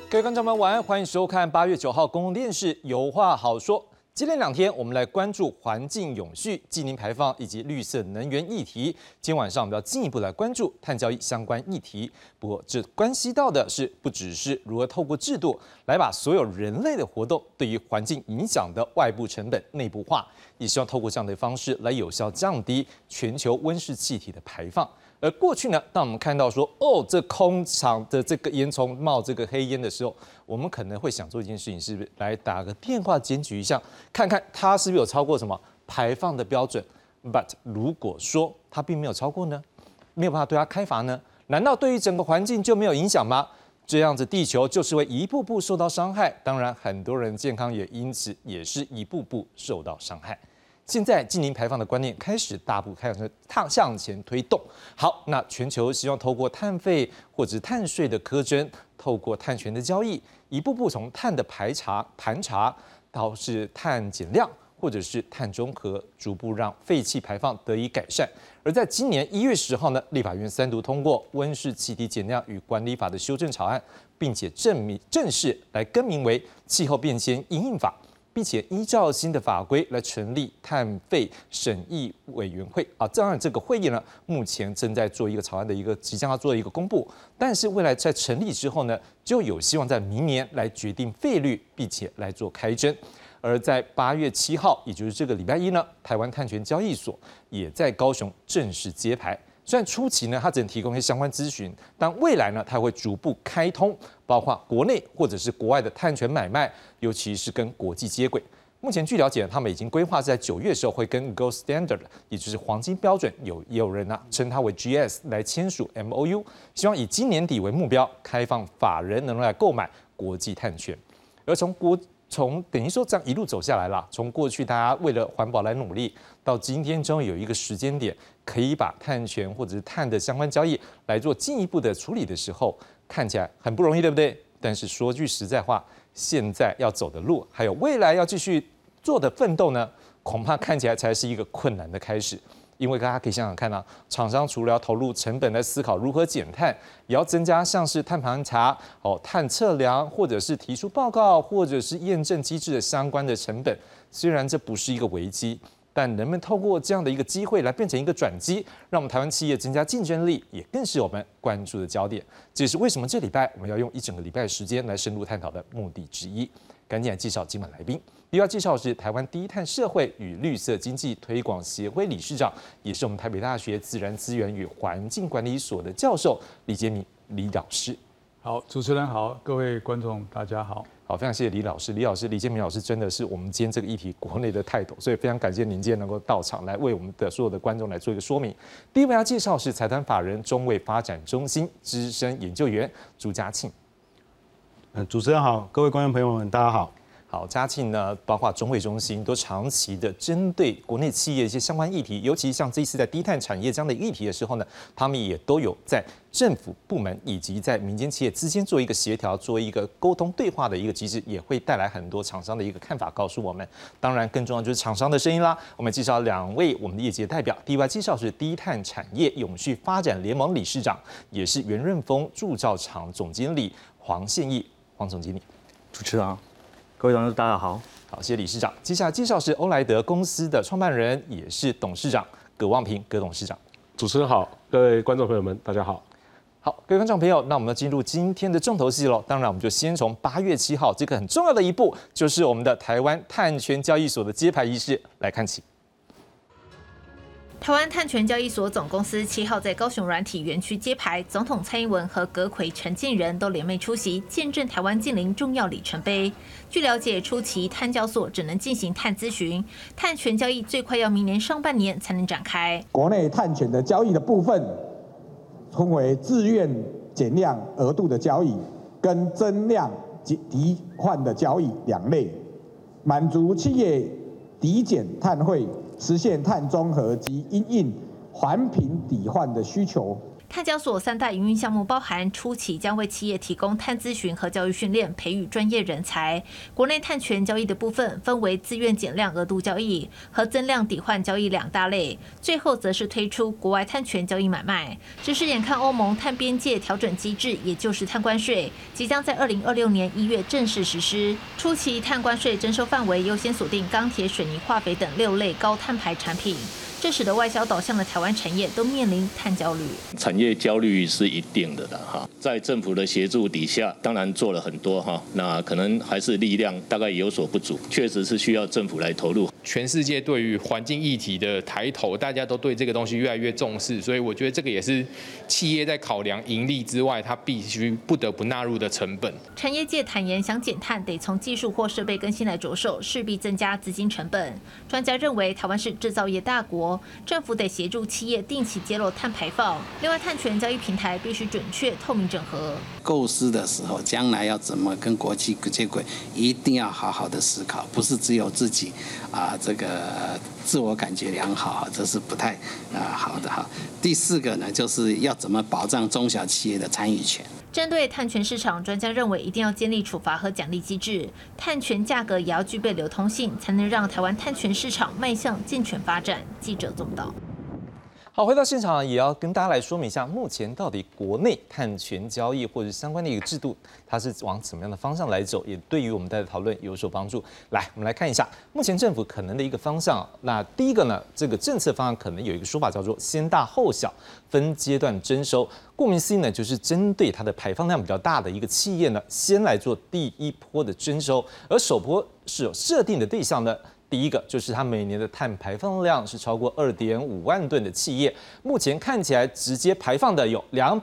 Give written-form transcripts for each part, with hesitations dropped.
各位观众们晚安，欢迎收看8月9号公共电视《有话好说》。接连2天，我们来关注环境永续、净零排放以及绿色能源议题。今天晚上我们要进一步来关注碳交易相关议题。不过，这关系到的是不只是如何透过制度来把所有人类的活动对于环境影响的外部成本内部化，也希望透过这样的方式来有效降低全球温室气体的排放。而过去呢，当我们看到说，这空场的这个烟囱冒这个黑烟的时候，我们可能会想做一件事情，是不是来打个电话检举一下，看看它是不是有超过什么排放的标准 ？But 如果说它并没有超过呢，没有办法对它开罚呢，难道对于整个环境就没有影响吗？这样子，地球就是会一步步受到伤害，当然很多人健康也因此也是一步步受到伤害。现在净零排放的观念开始大步向前推动。好，那全球希望透过碳费或者碳税的苛征，透过碳权的交易，一步步从碳的盘查到是碳减量，或者是碳中和，逐步让废气排放得以改善。而在今年1月10号呢，立法院3读通过《温室气体减量与管理法》的修正草案，并且正式来更名为《气候变迁因应法》。并且依照新的法规来成立碳费审议委员会啊，当然这个会议呢，目前正在做一个草案的即将要做一个公布，但是未来在成立之后呢，就有希望在明年来决定费率，并且来做开征。而在8月7号，也就是这个礼拜一呢，台湾碳权交易所也在高雄正式揭牌。虽然初期呢，它只能提供一些相关资讯，但未来呢，它会逐步开通，包括国内或者是国外的碳权买卖，尤其是跟国际接轨。目前据了解，他们已经规划在9月的时候会跟 Gold Standard， 也就是黄金标准，也有人称它为 GS 来签署 MOU， 希望以今年底为目标，开放法人能够来购买国际碳权。而从等于说这样一路走下来啦，从过去大家为了环保来努力，到今天终于有一个时间点，可以把碳权或者是碳的相关交易来做进一步的处理的时候，看起来很不容易，对不对？但是说句实在话，现在要走的路，还有未来要继续做的奋斗呢，恐怕看起来才是一个困难的开始。因为大家可以想想看啊，厂商除了要投入成本来思考如何减碳，也要增加像是碳盘查、碳测量，或者是提出报告，或者是验证机制的相关的成本。虽然这不是一个危机，但人们透过这样的一个机会来变成一个转机，让我们台湾企业增加竞争力，也更是我们关注的焦点。这也是为什么这礼拜我们要用一整个礼拜的时间来深入探讨的目的之一。赶紧来介绍今晚来宾。第一位介绍是台湾低碳社会与绿色经济推广协会理事长，也是我们台北大学自然资源与环境管理所的教授李杰明李老师。 好，主持人好，各位观众大家好。 好，非常谢谢李老师。李杰明老师真的是我们今天这个议题国内的泰斗，所以非常感谢您今天能够到场来为我们的所有的观众来做一个说明。第一位要介绍是财团法人中卫发展中心资深研究员朱家庆。 主持人好，各位观众朋友们，大家好。 好，嘉庆呢，包括中卫中心都长期的针对国内企业一些相关议题，尤其像这一次在低碳产业这样的议题的时候呢，他们也都有在政府部门以及在民间企业之间做一个协调，做一个沟通对话的一个机制，也会带来很多厂商的一个看法告诉我们。当然，更重要就是厂商的声音啦。我们介绍2位我们的业界代表，第一位介绍是低碳产业永续发展联盟理事长，也是元润丰铸造厂总经理黄宪义，黄总经理。 主持人好，各位观众大家好。 好，谢谢理事长。接下来介绍是欧莱德公司的创办人，也是董事长葛望平，葛董事长。 主持人好，各位观众朋友们，大家好。 好，各位观众朋友，那我们要进入今天的重头戏喽。当然，我们就先从8月7号这个很重要的一步，就是我们的台湾碳权交易所的揭牌仪式来看起。 台湾碳权交易所总公司7号在高雄软体园区揭牌，总统蔡英文和阁揆陈建仁都联袂出席，见证台湾净零重要里程碑。据了解，初期碳交所只能进行碳咨询，碳权交易最快要明年上半年才能展开。 国内碳权的交易的部分，分为自愿减量额度的交易跟增量抵换的交易2类，满足企业抵减碳汇、实现碳中和及因应环评抵换的需求。 碳交所3大营运项目包含初期将为企业提供碳咨询和教育训练，培育专业人才。国内碳权交易的部分分为自愿减量额度交易和增量抵换交易2大类，最后则是推出国外碳权交易买卖。只是眼看欧盟碳边界调整机制，也就是碳关税，即将在2026年1月正式实施。初期碳关税征收范围优先锁定钢铁、水泥、化肥等6类高碳排产品。这使得外销导向的台湾产业都面临碳焦虑。 产业焦虑是一定的啦，哈，在政府的协助底下，当然做了很多哈，那可能还是力量大概有所不足，确实是需要政府来投入。 全世界对于环境议题的抬头，大家都对这个东西越来越重视，所以我觉得这个也是企业在考量盈利之外，它必须不得不纳入的成本。 产业界坦言，想减碳得从技术或设备更新来着手，势必增加资金成本。专家认为，台湾是制造业大国，政府得协助企业定期揭露碳排放。另外，碳权交易平台必须准确、透明整合。 构思的时候，将来要怎么跟国际接轨，一定要好好的思考，不是只有自己这个自我感觉良好，这是不太好的哈。第4个呢，就是要怎么保障中小企业的参与权。 针对碳权市场，专家认为一定要建立处罚和奖励机制，碳权价格也要具备流通性，才能让台湾碳权市场迈向健全发展。记者总导。 好，回到现场也要跟大家来说明一下，目前到底国内碳权交易或者相关的一个制度，它是往什么样的方向来走，也对于我们的讨论有所帮助。来，我们来看一下目前政府可能的一个方向。那第一个呢，这个政策方向可能有一个说法叫做先大后小，分阶段征收。顾名思义呢，就是针对它的排放量比较大的一个企业呢，先来做第一波的征收，而首波是有设定的对象呢。第一个就是它每年的碳排放量是超过2.5万吨的企业，目前看起来直接排放的有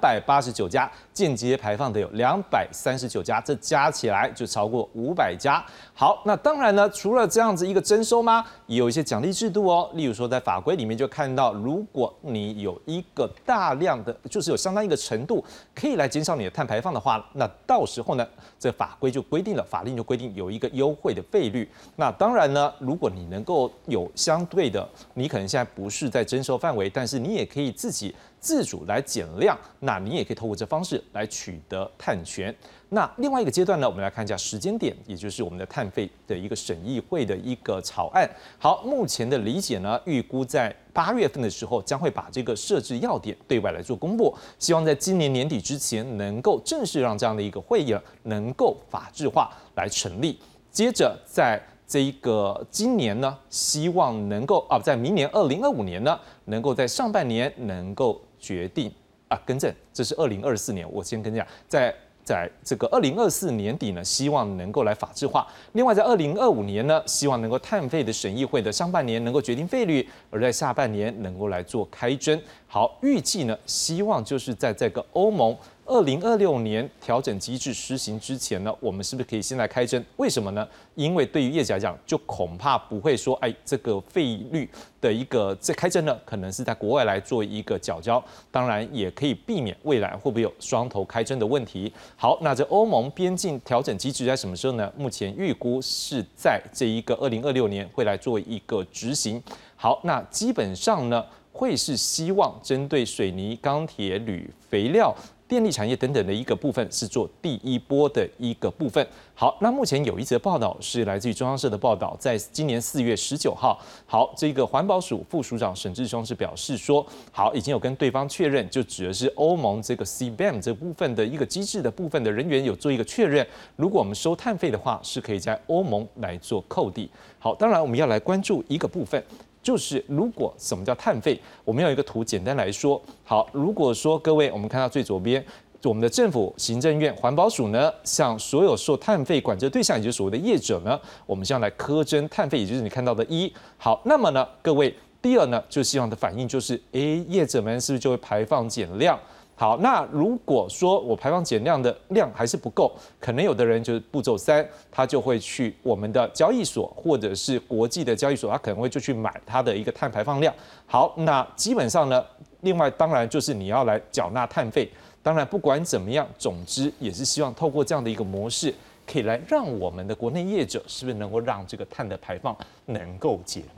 289家，间接排放的有239家，这加起来就超过500家。好，那当然呢，除了这样子一个征收吗，也有一些奖励制度哦。例如说，在法规里面就看到，如果你有一个大量的，就是有相当一个程度可以来减少你的碳排放的话，那到时候呢，这法规就规定了，法令就规定有一个优惠的费率。那当然呢，如果你能够有相对的，你可能现在不是在征收范围，但是你也可以自己自主来减量，那你也可以透过这方式来取得碳权。那另外一个阶段呢，我们来看一下时间点，也就是我们的碳费的一个审议会的一个草案。好，目前的理解呢，预估在8月份的时候将会把这个设置要点对外来做公布，希望在今年年底之前能够正式让这样的一个会议能够法制化来成立。接着在这一个今年呢，希望能够在明年2025年呢，能够在上半年能够决定更正，这是2024年，我先跟你讲，在这个2024年底呢，希望能够来法制化。另外，在2025年呢，希望能够碳费的审议会的上半年能够决定费率，而在下半年能够来做开征。好，预计呢，希望就是在这个欧盟2026年调整机制施行之前呢，我们是不是可以先来开征？为什么呢？因为对于业者来讲，就恐怕不会说，这个费率的一个这开征呢，可能是在国外来做一个缴交，当然也可以避免未来会不会有双头开征的问题。好，那这欧盟边境调整机制在什么时候呢？目前预估是在这一个2026年会来做一个执行。好，那基本上呢，会是希望针对水泥、钢铁、铝、肥料、电力产业等等的一个部分是做第一波的一个部分。好，那目前有一则报道是来自于中央社的报道，在今年4月19号，好，这个环保署副署长沈志雄是表示说，好，已经有跟对方确认，就指的是欧盟这个 CBAM 这部分的一个机制的部分的人员有做一个确认，如果我们收碳费的话，是可以在欧盟来做扣抵。好，当然我们要来关注一个部分。就是如果什么叫碳费，我们要有一个图，简单来说，好，如果说各位我们看到最左边，我们的政府、行政院、环保署呢，向所有受碳费管制对象，也就是所谓的业者呢，我们向来苛征碳费，也就是你看到的1。好，那么呢，各位，第2呢，就希望的反应就是，业者们是不是就会排放减量？好，那如果说我排放减量的量还是不够，可能有的人就是步骤3，他就会去我们的交易所或者是国际的交易所，他可能会就去买他的一个碳排放量。好，那基本上呢，另外当然就是你要来缴纳碳费。当然不管怎么样，总之也是希望透过这样的一个模式，可以来让我们的国内业者是不是能够让这个碳的排放能够减量。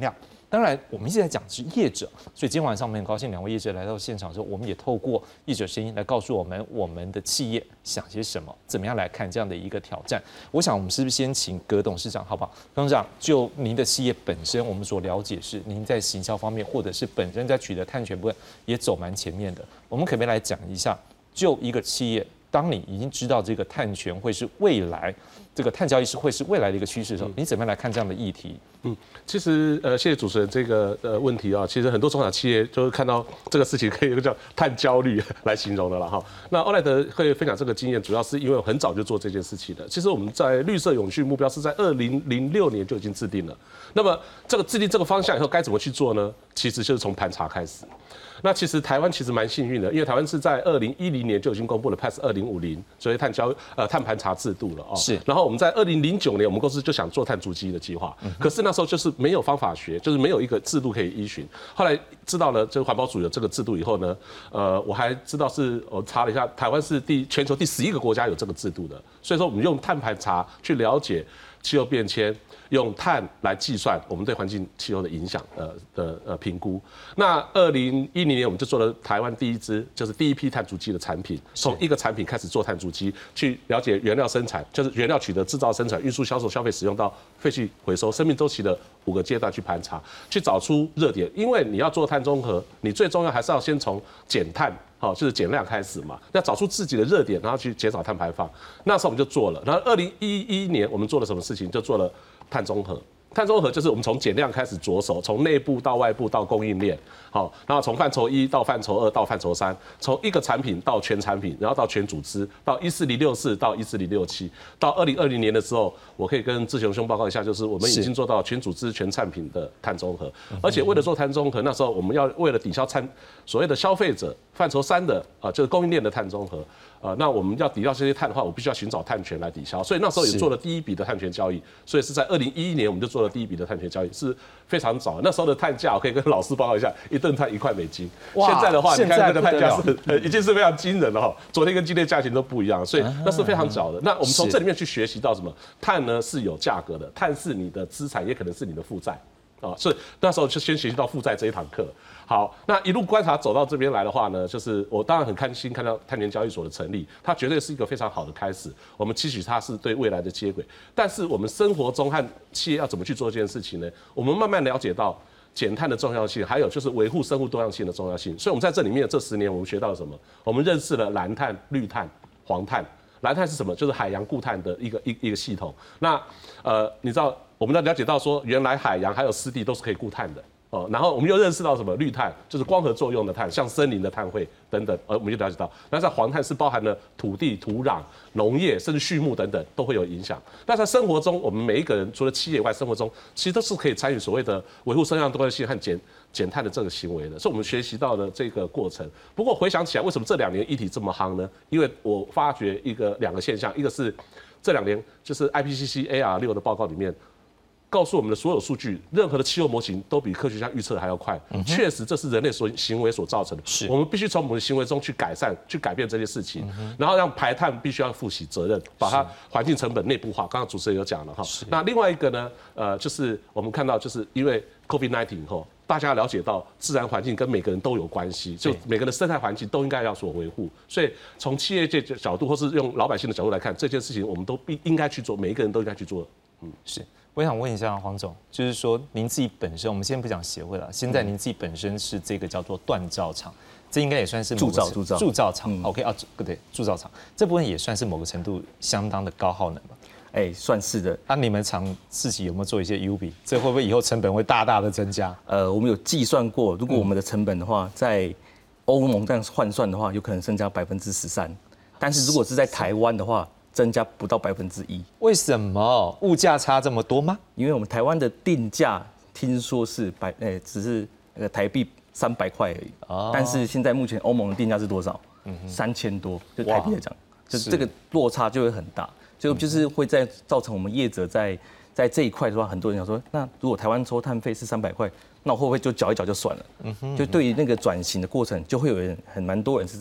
当然，我们一直在讲的是业者，所以今天晚上我们很高兴2位业者来到现场之后，我们也透过业者声音来告诉我们的企业想些什么，怎么样来看这样的一个挑战。我想我们是不是先请葛董事长好不好？葛董事长，就您的企业本身，我们所了解是您在行销方面，或者是本身在取得碳权部分也走蛮前面的。我们可不可以来讲一下，就一个企业，当你已经知道这个碳权会是未来这个碳交易是会是未来的一个趋势的时候，你怎么样来看这样的议题？ 其实谢谢主持人这个问题啊，其实很多中小企业就是看到这个事情，可以有一个叫碳焦虑来形容的了哈。那欧莱德会分享这个经验，主要是因为我很早就做这件事情的。其实我们在绿色永续目标是在2006年就已经制定了。那么这个制定这个方向以后该怎么去做呢？其实就是从盘查开始。那其实台湾其实蛮幸运的，因为台湾是在2010年就已经公布了 PAS 2050，所以碳盘查制度了哦。是。然后我们在2009年，我们公司就想做碳足迹的计划，可是那时候就是没有方法学，就是没有一个制度可以依循。后来知道了这个环保署有这个制度以后呢，我还知道我查了一下，台湾是全球第11个国家有这个制度的，所以说我们用碳盘查去了解气候变迁，用碳来计算我们对环境气候的影响的评估。那2010年我们就做了台湾第一批碳足迹的产品，从一个产品开始做碳足迹，去了解原料生产，就是原料取得、制造、生产、运输、销售、消费、使用到废弃回收生命周期的5个阶段去盘查，去找出热点。因为你要做碳中和，你最重要还是要先从减碳。就是减量开始嘛，要找出自己的热点，然后去减少碳排放。那时候我们就做了，然后2011年我们做了什么事情？就做了碳中和。碳中和就是我们从减量开始着手，从内部到外部到供应链，好，然后从范畴1到范畴2到范畴3，从一个产品到全产品，然后到全组织，到14064到14067，到2020年的时候，我可以跟志雄兄报告一下，就是我们已经做到全组织全产品的碳中和，而且为了做碳中和，那时候我们要为了抵消所谓的消费者范畴3的就是供应链的碳中和。那我们要抵消这些碳的话，我必须要寻找碳权来抵消，所以那时候也做了第一笔的碳权交易，所以是在2011年我们就做了第一笔的碳权交易，是非常早。那时候的碳价我可以跟老师报告一下，一吨碳1块美金。现在的话，你看那个碳价是已经是非常惊人了哈，昨天跟今天价钱都不一样，所以那是非常早的。那我们从这里面去学习到什么？碳呢是有价格的，碳是你的资产，也可能是你的负债。所以那时候就先学习到负债这一堂课。好，那一路观察走到这边来的话呢，就是我当然很开心看到碳权交易所的成立，它绝对是一个非常好的开始。我们期许它是对未来的接轨，但是我们生活中和企业要怎么去做这件事情呢？我们慢慢了解到减碳的重要性，还有就是维护生物多样性的重要性。所以我们在这里面这10年，我们学到了什么？我们认识了蓝碳、绿碳、黄碳。蓝碳是什么？就是海洋固碳的一个系统。那你知道我们要了解到说，原来海洋还有湿地都是可以固碳的。然后我们又认识到什么？绿碳就是光合作用的碳，像森林的碳汇等等，我们就了解到。那在黄碳是包含了土地、土壤、农业，甚至畜牧等等都会有影响。那在生活中，我们每一个人除了企业以外，生活中其实都是可以参与所谓的维护生态多样性和减碳的这个行为的，是我们学习到的这个过程。不过回想起来，为什么这2年议题这么夯呢？因为我发觉2个现象，一个是这2年就是 IPCC AR6的报告里面。告诉我们的所有数据，任何的气候模型都比科学家预测还要快。确实，这是人类行为所造成的。我们必须从我们的行为中去改善、去改变这些事情，然后让排碳必须要负起责任，把它环境成本内部化。刚刚主持人有讲了哈。那另外一个呢，就是我们看到，就是因为 COVID-19 以后，大家了解到自然环境跟每个人都有关系，就每个人的生态环境都应该要所维护。所以从企业界角度，或是用老百姓的角度来看，这件事情我们都应该去做，每一个人都应该去做。 是。我想问一下黄总，就是说您自己本身，我们先不讲协会了，现在您自己本身是这个叫做锻造厂，这应该也算是铸造厂。OK 啊，对，铸造厂这部分也算是某个程度相当的高耗能吧？ 算是的。 那你们厂自己有没有做一些 UB？ 这会不会以后成本会大大的增加？ 我们有计算过，如果我们的成本的话，在欧盟这样换算的话，有可能增加13%，但是如果是在台湾的话，增加不到1%。 为什么？物价差这么多吗？ 因为我们台湾的定价听说是只是台币300块而已，但是现在目前欧盟的定价是多少？3000多，就台币来讲，就这个落差就会很大，就是会造成我们业者在这一块的话，很多人想说，那如果台湾抽碳费是300块，那我会不会就缴一缴就算了？就对于那个转型的过程，就会有蛮多人是在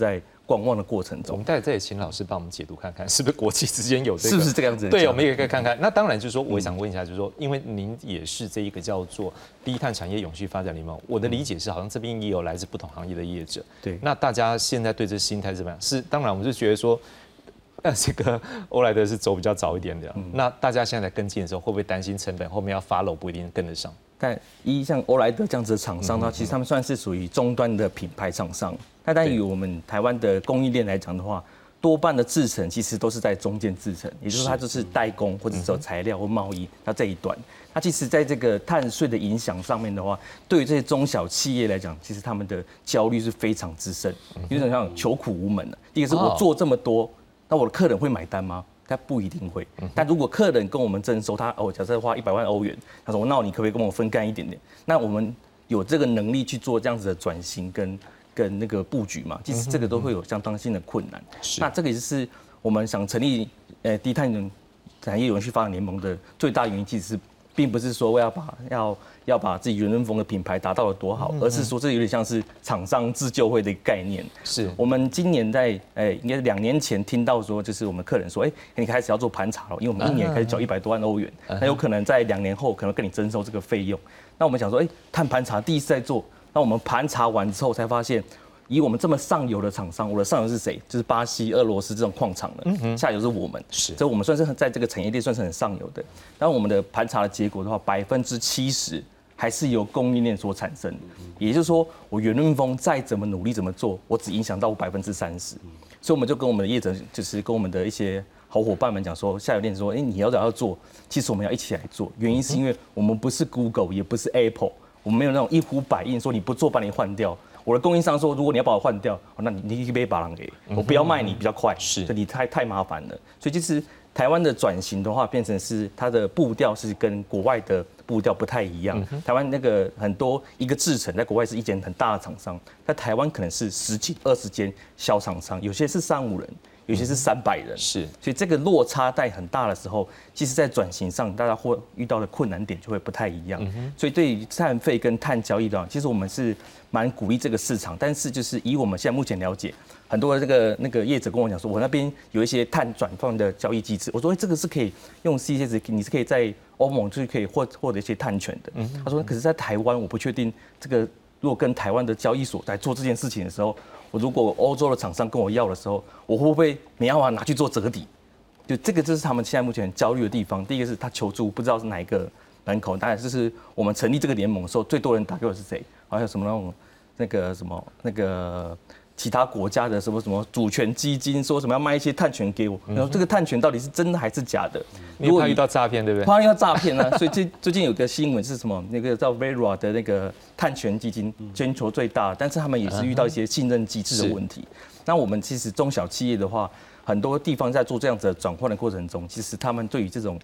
观望的过程中。 我们待会再请老师帮我们解读看看，是不是国际之间有这个， 是不是这个样子？ 对，我们也可以看看。那当然就是说，我也想问一下，就是说，因为您也是这一个叫做低碳产业永续发展联盟，我的理解是，好像这边也有来自不同行业的业者。 对， 那大家现在对这心态是怎么样？是，当然我们就觉得说，这个欧莱德是走比较早一点的。那大家现在跟进的时候，会不会担心成本后面要 follow 不一定跟得上？ 但像欧莱德这样子的厂商的话，其实他们算是属于终端的品牌厂商。但以我们台湾的供应链来讲的话，多半的制程其实都是在中间制程，也就是说它就是代工或者是材料或贸易，它这一端。它其实在这个碳税的影响上面的话，对于这些中小企业来讲，其实他们的焦虑是非常之深，有点像求苦无门了。第一个是我做这么多，那我的客人会买单吗？他不一定会，但如果客人跟我们征收，他假设花100万欧元，他说那你可不可以跟我分干一点点？那我们有这个能力去做这样子的转型跟那个布局嘛？其实这个都会有相当性的困难。那这个也是我们想成立低碳产业永续发展联盟的最大原因，其实是并不是说要把自己原润丰的品牌达到了多好，而是说这有点像是厂商自救会的概念。是我们今年在应该是2年前听到说，就是我们客人说，你开始要做盘查了，因为我们1年开始缴100多万欧元，那有可能在2年后可能跟你征收这个费用。那我们想说，碳盘查第一次在做，那我们盘查完之后才发现，以我们这么上游的厂商，我的上游是谁？就是巴西、俄罗斯这种矿场的，下游是我们，所以我们算是在这个产业链算是很上游的。但我们的盘查的结果的话，70%还是由供应链所产生的，也就是说，我原润丰再怎么努力怎么做，我只影响到我30%。所以我们就跟我们的业者，就是跟我们的一些好伙伴们讲说，下游链说，你要做，其实我们要一起来做。原因是因为我们不是 Google， 也不是 Apple， 我们没有那种一呼百应，说你不做把你换掉。我的供应商说，如果你要把我换掉，那你可以把人给我，不要卖你比较快，是，你太麻烦了。所以其实台湾的转型的话，变成是它的步调是跟国外的步调不太一样。台湾那个很多一个制程，在国外是一间很大的厂商，在台湾可能是10几20间小厂商，有些是3-5人。有些是300人，是，所以这个落差在很大的时候，其实在转型上，大家会遇到的困难点就会不太一样。所以对于碳费跟碳交易的话，其实我们是蛮鼓励这个市场，但是就是以我们现在目前了解，很多的那个业者跟我讲说，我那边有一些碳转换的交易机制，我说这个是可以用 CCS， 你是可以在欧盟就是可以获得一些碳权的。他说，可是在台湾我不确定这个，如果跟台湾的交易所在做这件事情的时候。我如果欧洲的厂商跟我要的时候，我会不会没办法拿去做折抵？就这个就是他们现在目前焦虑的地方。第一个是他求助，不知道是哪一个门口。当然，就是我们成立这个联盟的时候，最多人打给我是谁？好像什么那个其他国家的什么主权基金，说什么要卖一些碳权给我。然后这个碳权到底是真的还是假的？ 如果遇到诈骗，对不对？ 怕遇到诈骗啊！所以最近有个新闻是什么？那个叫 Vera 的那个碳权基金，全球最大，但是他们也是遇到一些信任机制的问题。那我们其实中小企业的话，很多地方在做这样子的转换的过程中，其实他们对于这种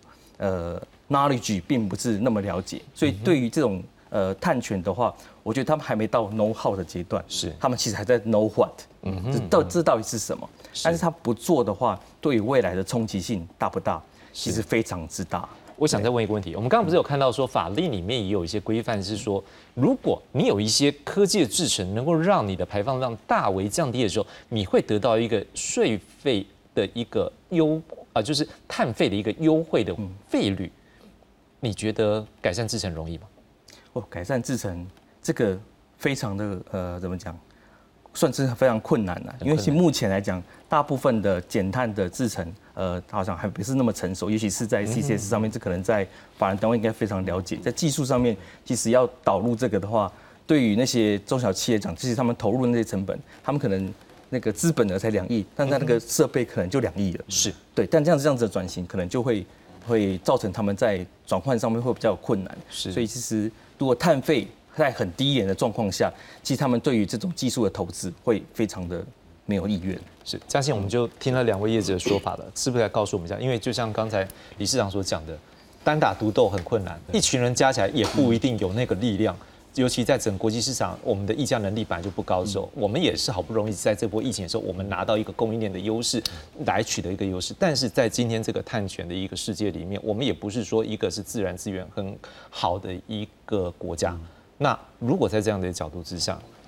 knowledge 并不是那么了解，所以对于这种碳权的话，我觉得他们还没到 know how 的阶段，是他们其实还在 know what， 这到底是什么？但是他不做的话，对于未来的冲击性大不大？其实非常之大。 我想再问一个问题，我们刚刚不是有看到说法令里面也有一些规范，是说如果你有一些科技的制程能够让你的排放量大为降低的时候，你会得到一个税费的一个就是碳费的一个优惠的费率。你觉得改善制程容易吗？ 改善制程这个非常的怎么讲？算是非常困难的，因为目前来讲，大部分的减碳的制程，好像还不是那么成熟，尤其是在 CCS 上面，这可能在法人单位应该非常了解。在技术上面，其实要导入这个的话，对于那些中小企业讲，其实他们投入的那些成本，他们可能那个资本额才2亿，但他那个设备可能就2亿了。是对，但这样子的转型，可能就会造成他们在转换上面会比较有困难。是，所以其实如果碳费在很低廉的状况下，其实他们对于这种技术的投资会非常的没有意愿。 是，嘉信我们就听了2位业者的说法了，是不是来告诉我们一下？因为就像刚才理事长所讲的，单打独斗很困难，一群人加起来也不一定有那个力量。尤其在整个国际市场，我们的议价能力本来就不高的时候，我们也是好不容易在这波疫情的时候，我们拿到一个供应链的优势，来取得一个优势。但是在今天这个碳权的一个世界里面，我们也不是说一个是自然资源很好的一个国家。那如果在这样的角度之下，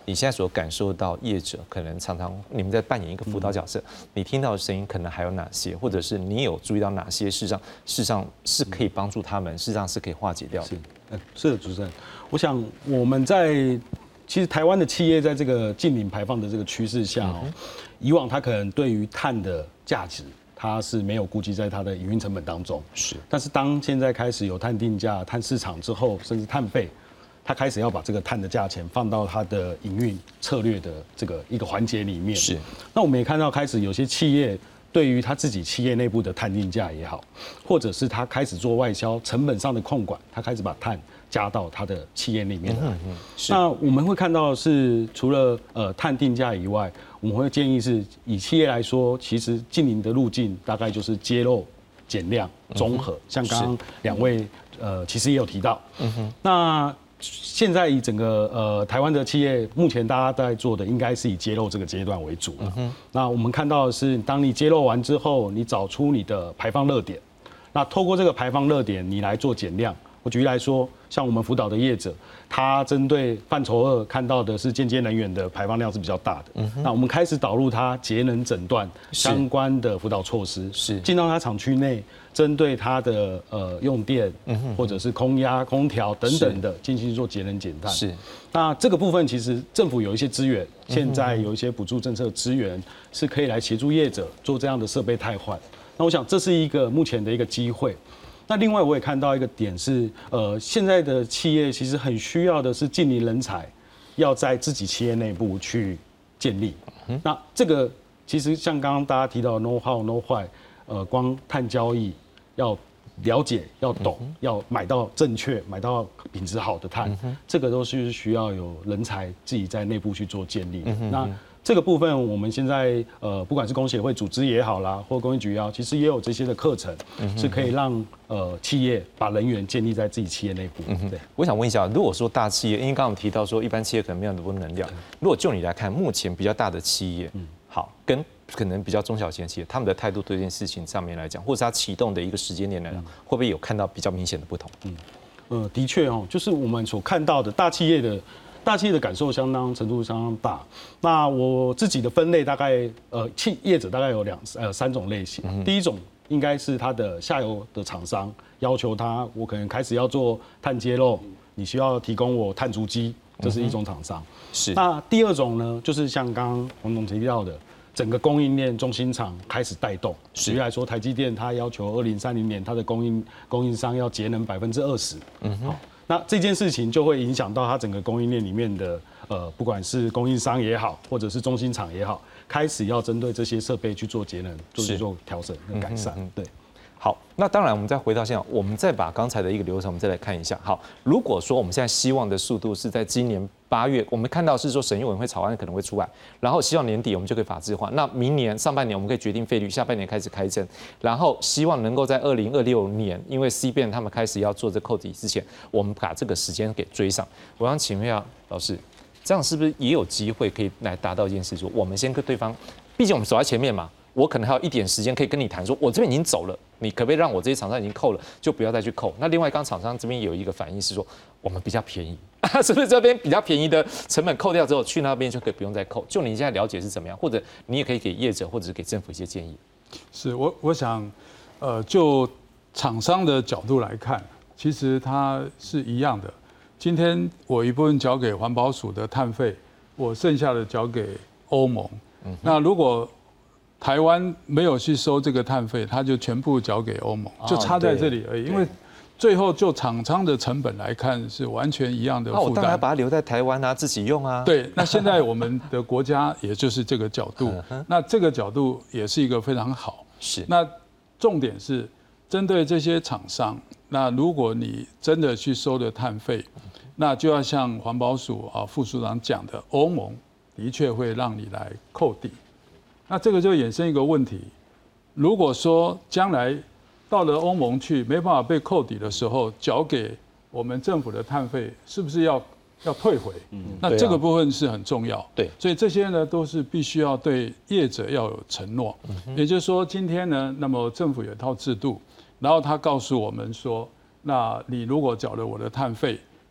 你现在所感受到业者可能常常你们在扮演一个辅导角色，你听到的声音可能还有哪些，或者是你有注意到哪些事实上是可以帮助他们，事实上是可以化解掉的。 是的，主持人，我想我们其实台湾的企业在这个净零排放的这个趋势下以往它可能对于碳的价值，它是没有估计在它的营运成本当中。是，但是当现在开始有碳定价、碳市场之后，甚至碳费，它开始要把这个碳的价钱放到它的营运策略的这个一个环节里面。是，那我们也看到开始有些企业对于他自己企业内部的碳定价也好，或者是他开始做外销成本上的控管，他开始把碳加到他的企业里面来。那我们会看到是除了碳定价以外，我们会建议是以企业来说，其实净零的路径大概就是揭露、减量、综合。像刚刚两位其实也有提到。那现在以整个台湾的企业，目前大家在做的应该是以揭露这个阶段为主了。那我们看到的是，当你揭露完之后，你找出你的排放热点，那透过这个排放热点，你来做减量。我举例来说，像我们辅导的业者，他针对范畴2看到的是间接能源的排放量是比较大的。那我们开始导入它节能诊断相关的辅导措施，进到它厂区内，针对它的用电或者是空压、空调等等的进行做节能减碳。是，那这个部分其实政府有一些资源，现在有一些补助政策资源是可以来协助业者做这样的设备汰换。那我想这是一个目前的一个机会。那另外我也看到一个点是，现在的企业其实很需要的是净零人才，要在自己企业内部去建立。那这个其实像刚刚大家提到 know how know why， 光碳交易要了解、要懂、要买到正确、买到品质好的碳，这个都是需要有人才自己在内部去做建立。那这个部分，我们现在不管是工协会组织也好啦，或工业局也好，其实也有这些的课程，是可以让企业把人员建立在自己企业内部。对， 我想问一下，如果说大企业，因为刚刚我们提到说一般企业可能没有那么多能量，如果就你来看，目前比较大的企业，好，跟可能比较中小型企业，他们的态度对这件事情上面来讲，或者是他启动的一个时间点来讲，会不会有看到比较明显的不同？ 的确就是我们所看到的大企业的感受程度相当大。那我自己的分类大概业者大概有3种类型。第一种应该是他的下游的厂商要求他，我可能开始要做碳揭露，你需要提供我碳足迹，这是一种厂商。是。那第二种呢，就是像刚刚黄总提到的，整个供应链中心厂开始带动。举例来说，台积电它要求2030年它的供应商要节能20%。好。那这件事情就会影响到它整个供应链里面的不管是供应商也好，或者是中心厂也好，开始要针对这些设备去做节能，去做调整跟改善。对。 好，那当然我们再回到现场，我们再把刚才的一个流程，我们再来看一下。好，如果说我们现在希望的速度是在今年8月，我们看到是说审议委员会草案可能会出来，然后希望年底我们就可以法制化。那明年上半年我们可以决定费率，下半年开始开征，然后希望能够在2026年，因为 CBAM 他们开始要做这扣抵之前，我们把这个时间给追上。我想请问一下老师，这样是不是也有机会可以来达到一件事，说我们先跟对方，毕竟我们走在前面嘛。我可能还有一点时间可以跟你谈，说我这边已经走了，你可不可以让我这些厂商已经扣了，就不要再去扣？那另外，刚厂商这边有一个反应是说，我们比较便宜，是不是这边比较便宜的成本扣掉之后，去那边就可以不用再扣？就你现在了解是怎么样，或者你也可以给业者或者是给政府一些建议。 是我想，就厂商的角度来看，其实它是一样的。今天我一部分交给环保署的碳费，我剩下的交给欧盟。那如果台湾没有去收这个碳费，它就全部交给欧盟，就差在这里而已。因为最后就厂商的成本来看是完全一样的负担。那我当然把它留在台湾啊，自己用啊。 对，那现在我们的国家也就是这个角度，那这个角度也是一个非常好。 是。 那重点是针对这些厂商，那如果你真的去收的碳费，那就要像环保署副署长讲的，欧盟的确会让你来扣抵。那这个就衍生一个问题，如果说将来到了欧盟去没办法被扣抵的时候，缴给我们政府的碳费是不是要退回？那这个部分是很重要。 对， 所以这些呢都是必须要对业者要有承诺。也就是说，今天呢，那么政府有一套制度，然后他告诉我们说，那你如果缴了我的碳费，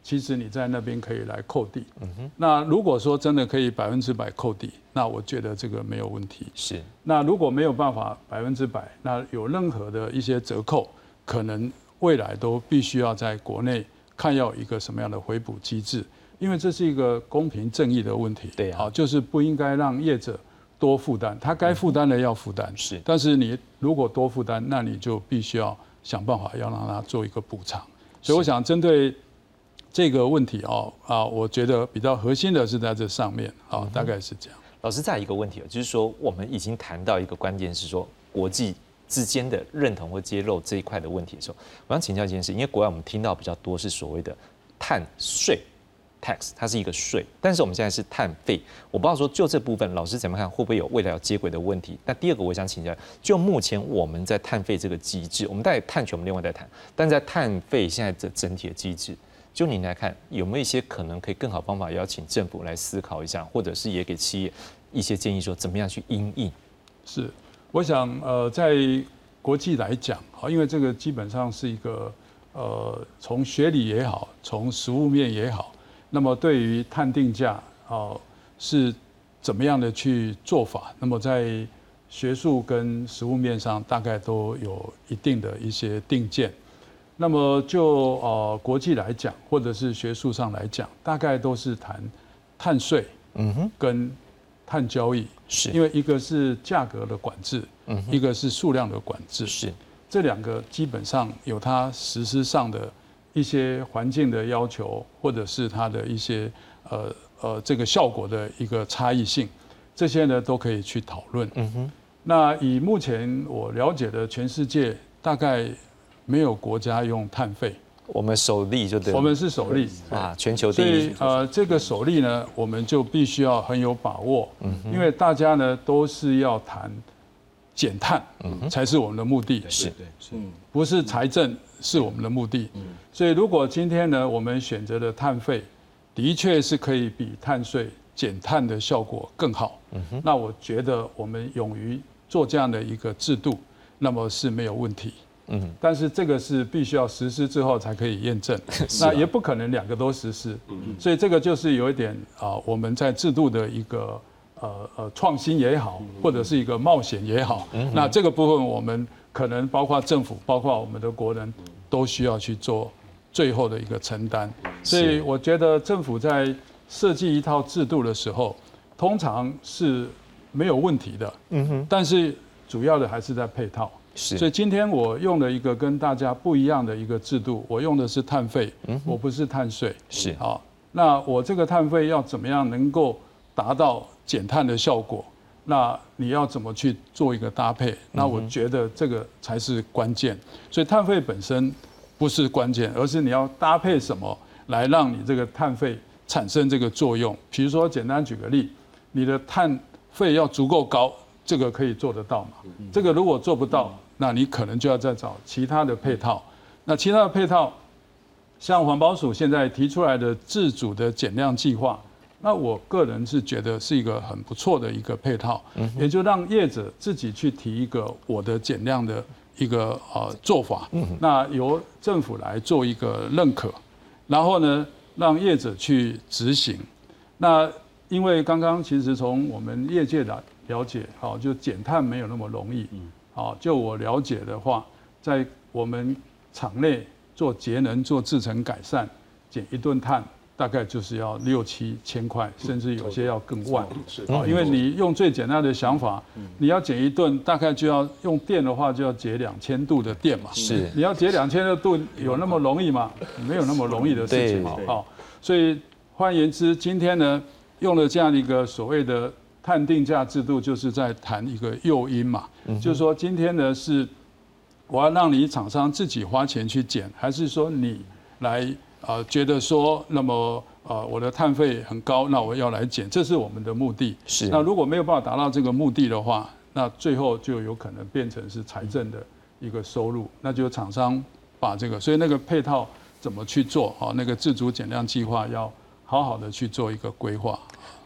其实你在那边可以来扣抵。那如果说真的可以100%扣抵，那我觉得这个没有问题。 是。 那如果没有办法100%，那有任何的一些折扣，可能未来都必须要在国内看要有一个什么样的回补机制，因为这是一个公平正义的问题。 对啊， 就是不应该让业者多负担，他该负担的要负担。 是。 但是你如果多负担，那你就必须要想办法要让他做一个补偿。所以我想针对这个问题我觉得比较核心的是在这上面大概是这样。 老师，再一个问题就是说我们已经谈到一个关键是说国际之间的认同或揭露这一块的问题的时候，我想请教一件事，因为国外我们听到比较多是所谓的碳税 tax， 它是一个税，但是我们现在是碳费，我不知道说就这部分老师怎么看，会不会有未来有接轨的问题？那第二个我想请教，就目前我们在碳费这个机制，我们在碳权我们另外再谈，但在碳费现在的整体的机制，就你来看有没有一些可能可以更好方法邀请政府来思考一下，或者是也给企业一些建议，说怎么样去因应？ 是，我想在国际来讲因为这个基本上是一个从学理也好，从实务面也好，那么对于碳定价是怎么样的去做法，那么在学术跟实务面上大概都有一定的一些定见。那么就国际来讲，或者是学术上来讲，大概都是谈碳税跟碳交易， 是因为一个是价格的管制，一个是数量的管制， 是这两个基本上有它实施上的一些环境的要求，或者是它的一些这个效果的一个差异性，这些呢都可以去讨论。那以目前我了解的全世界大概没有国家用碳费， 我们首例就对， 我们是首例全球第一。 所以这个首例呢，我们就必须要很有把握，因为大家呢都是要谈减碳，才是我们的目的，不是财政是我们的目的。所以如果今天呢，我们选择的碳费的确是可以比碳税减碳的效果更好，那我觉得我们勇于做这样的一个制度，那么是没有问题。但是这个是必须要实施之后才可以验证，那也不可能两个都实施，所以这个就是有一点我们在制度的一个创新也好，或者是一个冒险也好，那这个部分我们可能包括政府，包括我们的国人都需要去做最后的一个承担。所以我觉得政府在设计一套制度的时候，通常是没有问题的，但是主要的还是在配套。所以今天我用了一个跟大家不一样的一个制度，我用的是碳费，我不是碳税。 是那我这个碳费要怎么样能够达到减碳的效果？那你要怎么去做一个搭配？那我觉得这个才是关键。所以碳费本身不是关键，而是你要搭配什么来让你这个碳费产生这个作用。比如说，简单举个例，你的碳费要足够高，这个可以做得到嘛？这个如果做不到，那你可能就要再找其他的配套。那其他的配套，像环保署现在提出来的自主的减量计划，那我个人是觉得是一个很不错的一个配套，也就让业者自己去提一个我的减量的一个做法，那由政府来做一个认可，然后呢让业者去执行。那因为刚刚其实从我们业界的了解，就减碳没有那么容易。就我了解的话，在我们厂内做节能、做制程改善，减一吨碳大概就是要6-7千块，甚至有些要更万。因为你用最简单的想法，你要减一吨，大概就要用电的话，就要节2000度的电嘛。 是， 你要节2000度，有那么容易吗？没有那么容易的事情。所以换言之，今天呢，用了这样的一个所谓的碳定价制度，就是在谈一个诱因嘛，就是说今天呢是我要让你厂商自己花钱去减，还是说你来觉得说，那么我的碳费很高，那我要来减，这是我们的目的。 是。 那如果没有办法达到这个目的的话，那最后就有可能变成是财政的一个收入，那就厂商把这个，所以那个配套怎么去做？那个自主减量计划要好好的去做一个规划。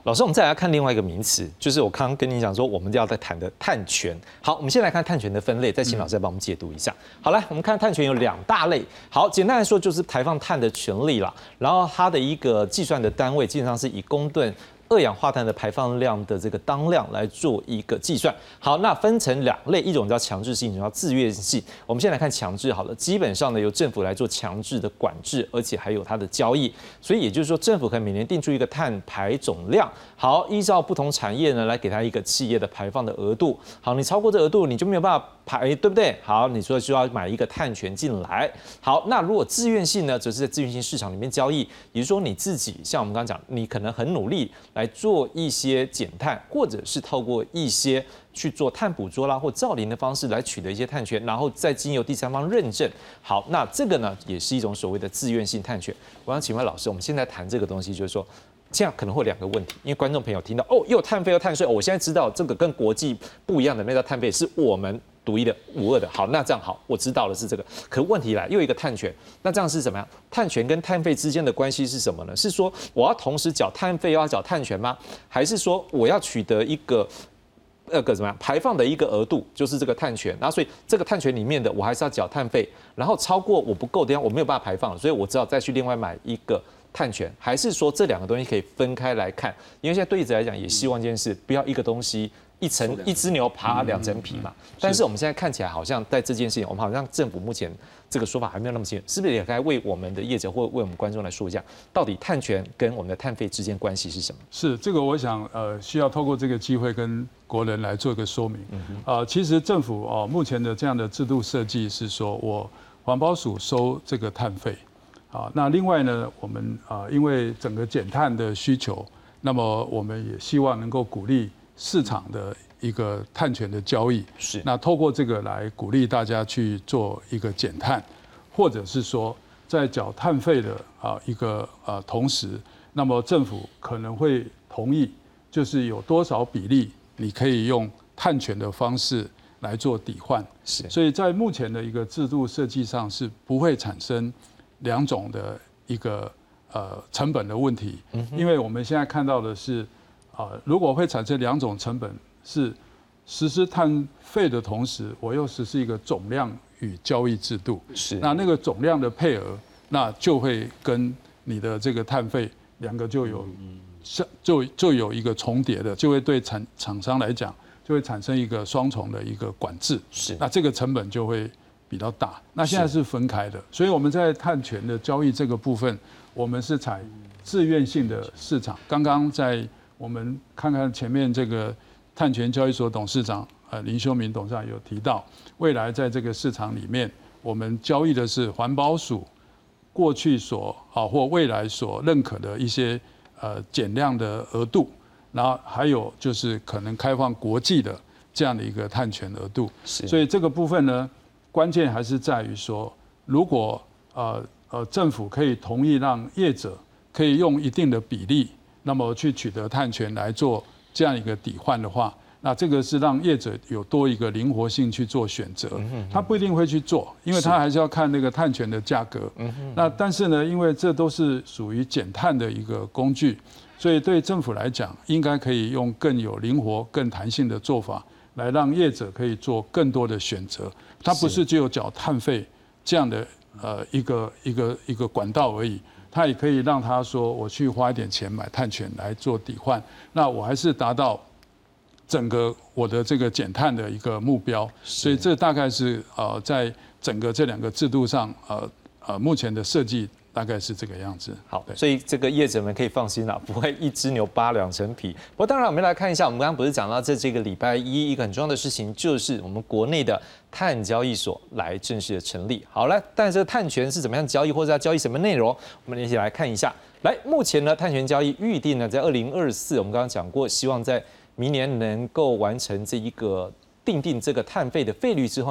老师，我们再来看另外一个名词，就是我刚刚跟你讲说我们要在谈的碳权。好，我们先来看碳权的分类，再请老师来帮我们解读一下。好，来我们看碳权有2大类。好，简单来说就是排放碳的权利啦，然后它的一个计算的单位基本上是以公吨二氧化碳的排放量的这个当量来做一个计算。好，那分成2类，一种叫强制性，一种叫自愿性。我们先来看强制好了，基本上呢由政府来做强制的管制，而且还有它的交易。所以也就是说，政府可以每年定出一个碳排总量，好，依照不同产业呢来给它一个企业的排放的额度。好，你超过这额度，你就没有办法排，对不对？好，你说就要买一个碳权进来。好，那如果自愿性呢，则是在自愿性市场里面交易，也就是说你自己像我们刚刚讲，你可能很努力来做一些减碳，或者是透过一些去做碳捕捉啦或造林的方式来取得一些碳权，然后再经由第三方认证。好，那这个呢也是一种所谓的自愿性碳权。我想请问老师，我们现在谈这个东西，就是说这样可能会有2个问题，因为观众朋友听到哦又有碳费又碳税，我现在知道这个跟国际不一样的那叫碳费是我们独一的无二的。好，那这样好，我知道了是这个。可问题来，又有一个碳权，那这样是怎么样？碳权跟碳费之间的关系是什么呢？是说我要同时缴碳费又要缴碳权吗？还是说我要取得一个怎么样排放的一个额度，就是这个碳权，然后所以这个碳权里面的我还是要缴碳费，然后超过我不够的地方我没有办法排放，所以我只好再去另外买一个碳权，还是说这2个东西可以分开来看？因为现在对业者来讲也希望这件事不要一个东西一只牛扒2层皮嘛。但是我们现在看起来好像在这件事情，我们好像政府目前这个说法还没有那么清楚，是不是也该为我们的业者或为我们观众来说一下，到底碳权跟我们的碳费之间关系是什么？ 是这个，我想需要透过这个机会跟国人来做一个说明。其实政府目前的这样的制度设计是说，我环保署收这个碳费。那另外呢，我们因为整个减碳的需求，那么我们也希望能够鼓励市场的一个碳权的交易。 是。 那透过这个来鼓励大家去做一个减碳，或者是说在缴碳费的一个同时，那么政府可能会同意，就是有多少比例你可以用碳权的方式来做抵换。 是。所以在目前的一个制度设计上是不会产生2种的一个成本的问题，因为我们现在看到的是，如果会产生2种成本，是实施碳费的同时，我又实施一个总量与交易制度， 是那个总量的配额，那就会跟你的这个碳费2个就有一个重叠的，就会对厂商来讲就会产生一个双重的一个管制， 是那这个成本就会比较大。那现在是分开的，所以我们在碳权的交易这个部分，我们是采自愿性的市场。刚刚在我们看看前面这个碳权交易所董事长林修明董事长有提到，未来在这个市场里面，我们交易的是环保署过去或未来所认可的一些减量的额度，然后还有就是可能开放国际的这样的一个碳权额度。所以这个部分呢，关键还是在于说，如果政府可以同意让业者可以用一定的比例，那么去取得碳权来做这样一个抵换的话，那这个是让业者有多一个灵活性去做选择。他不一定会去做，因为他还是要看那个碳权的价格。那但是呢，因为这都是属于减碳的一个工具，所以对政府来讲，应该可以用更有灵活、更弹性的做法，来让业者可以做更多的选择。它不是只有缴碳费这样的一个管道而已，它也可以让他说我去花一点钱买碳权来做抵换，那我还是达到整个我的这个减碳的一个目标。所以这大概是在整个这2个制度上目前的设计大概是这个样子。 好，所以这个业者们可以放心啦，不会一只牛扒2层皮。不过当然我们来看一下，我们刚刚不是讲到这个礼拜一个很重要的事情，就是我们国内的碳交易所来正式的成立。好了，但这个碳权是怎么样交易，或者要交易什么内容，我们一起来看一下。来，目前呢碳权交易预定呢在2024，我们刚刚讲过，希望在明年能够完成这一个定这个碳费的费率之后呢，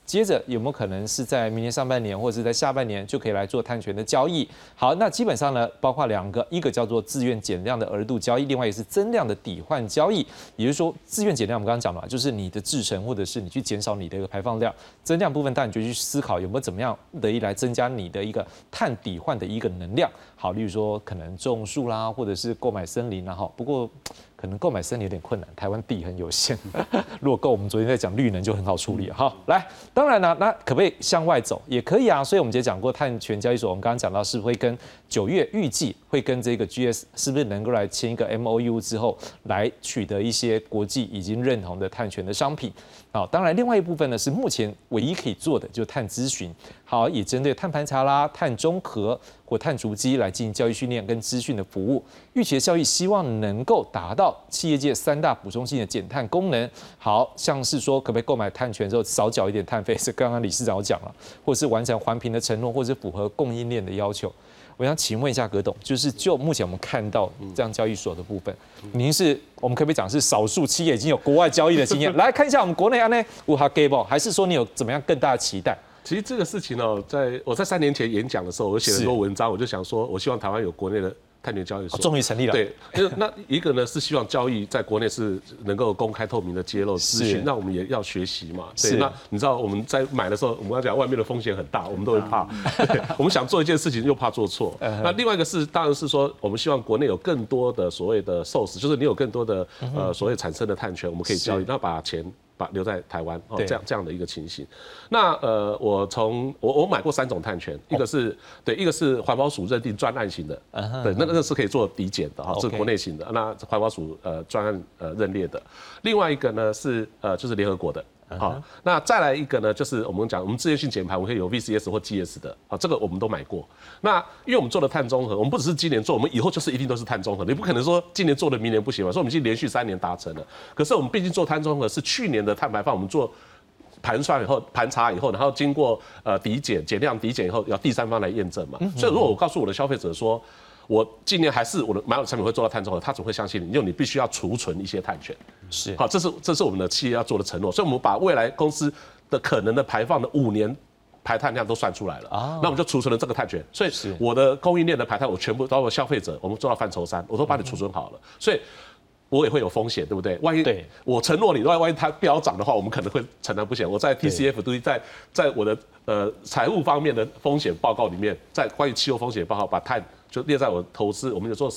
接着有没有可能是在明年上半年或者是在下半年就可以来做碳权的交易？好，那基本上呢，包括2个，一个叫做自愿减量的额度交易，另外也是增量的抵换交易。也就是说，自愿减量我们刚刚讲了，就是你的制程或者是你去减少你的一个排放量，增量部分，但你就去思考有没有怎么样的来增加你的一个碳抵换的一个能量。好，例如说可能种树啦，或者是购买森林啦，哈，不过可能购买森林有点困难，台湾地很有限。如果够，我们昨天在讲绿能就很好处理。好，来，当然呢，那可不可以向外走？也可以啊。所以我们之前讲过，碳权交易所，我们刚刚讲到是会跟9月预计会跟这个 GS 是不是能够来签一个 MOU 之后，来取得一些国际已经认同的碳权的商品。好，当然另外一部分呢是目前唯一可以做的就是碳咨询。好，也针对碳盘查啦、碳中和或碳足迹来进行教育训练跟资讯的服务。预期的效益希望能够达到企业界3大补充性的减碳功能。好像是说可不可以购买碳权之后少缴一点碳费，是刚刚理事长有讲了，或是完成环评的承诺，或是符合供应链的要求。我想请问一下葛董，就是就目前我们看到这样交易所的部分，您是我们可不可以讲是少数企业已经有国外交易的经验？来看一下我们国内呢，有哈 gable， 还是说你有怎么样更大的期待？ 其实这个事情呢，我在3年前演讲的时候，我写了很多文章，我就想说，我希望台湾有国内的碳权交易所， 终于成立了。 对，那一个呢是希望交易在国内是能够公开透明的揭露资讯，那我们也要学习嘛。对，那你知道我们在买的时候，我们刚讲外面的风险很大，我们都会怕。对，我们想做一件事情又怕做错。那另外一个是，当然是说，我们希望国内有更多的所谓的source，就是你有更多的所谓产生的碳权，我们可以交易，那把钱留在台湾哦，这样的一个情形。那我买过3种碳权，一个是环保署认定专案型的，对，那个是可以做抵减的哈，这是国内型的。那环保署专案认列的。另外一个呢是就是联合国的。好，那再来一个呢，就是我们讲我们自愿性减排，我们可以有 VCS 或 GS 的，好，这个我们都买过。那因为我们做的碳中和，我们不只是今年做，我们以后就是一定都是碳中和，你不可能说今年做的明年不行嘛，所以我们已经连续3年达成了。可是我们毕竟做碳中和是去年的碳排放，我们做盘算以后、盘查以后，然后经过减量抵减以后，要第三方来验证嘛。所以如果我告诉我的消费者说，我今年还是我的买我的产品会做到碳中和，他总会相信你，因为你必须要储存一些碳权。 是， 好，这是我们的企业要做的承诺，所以我们把未来公司的可能的排放的5年排碳量都算出来了，那我们就储存了这个碳权，所以我的供应链的排碳我全部包括消费者，我们做到范畴3，我都把你储存好了，所以我也会有风险，对不对？万一我承诺你，万一它飙涨的话，我们可能会承担风险。我在 TCF 都在我的财务方面的风险报告里面，在关于气候风险报告把碳就列在我投资，我们就做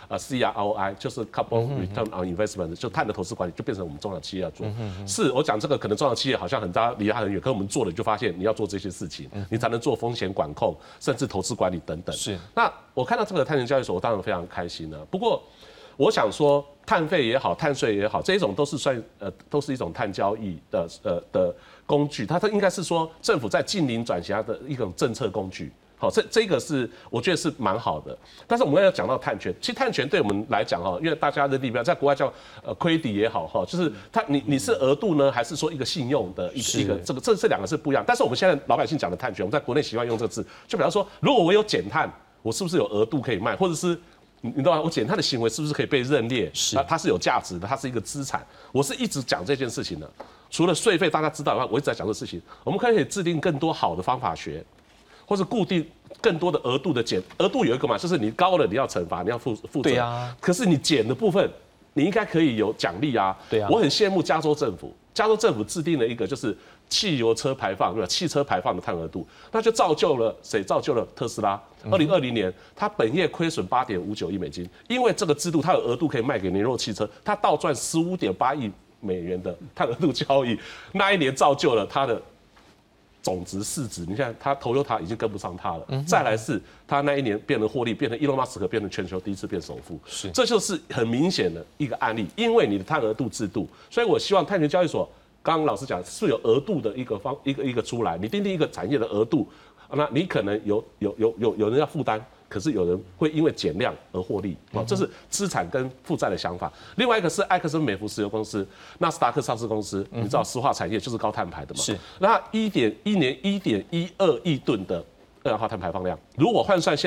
CROI， 就是 Carbon Return on Investment， 就碳的投资管理，就变成我们中小企业要做。是我讲这个可能中小企业好像离它很远，可是我们做了你就发现你要做这些事情，你才能做风险管控，甚至投资管理等等。是。那我看到这个碳权交易所，我当然非常开心了。不过我想说，碳费也好，碳税也好，这一种都是一种碳交易的工具，它应该是说政府在近零转型的一种政策工具。好，这个是我觉得是蛮好的。但是我们要讲到碳权，其实碳权对我们来讲哈，因为大家的地标在国外叫credit 也好哈，就是你是额度呢，还是说一个信用的一个这2个是不一样。但是我们现在老百姓讲的碳权，我们在国内习惯用这个字，就比方说，如果我有减碳，我是不是有额度可以卖，或者是你知道吗？我减碳的行为是不是可以被认列？是，它是有价值的，它是一个资产。我是一直讲这件事情的。除了税费大家知道以外，我一直在讲这个事情。我们可以制定更多好的方法学，或是固定更多的额度的减。额度有一个嘛，就是你高了你要惩罚，你要负责。对啊。可是你减的部分，你应该可以有奖励啊。对啊。我很羡慕加州政府，加州政府制定了一个就是汽油车排放，对吧？汽车排放的碳额度，那就造就了谁？造就了特斯拉。2020年，它本业亏损8.59亿美金，因为这个制度，它有额度可以卖给燃油汽车，它倒赚15.8亿美元的碳额度交易，那一年造就了它的总值市值。你看，它Toyota已经跟不上它了。再来是它那一年变成获利，变成Elon Musk变成全球第一次变首富，这就是很明显的一个案例。因为你的碳额度制度，所以我希望碳权交易所。刚刚老师讲是有额度的一个出来，你定一个产业的额度，那你可能有人要负担，可是有人会因为减量而获利，这是资产跟负债的想法。另外一个是埃克森美孚石油公司，纳斯达克上市公司，你知道石化产业就是高碳排的嘛？是。那一年1.12亿吨的二氧化碳排放量，如果换算现在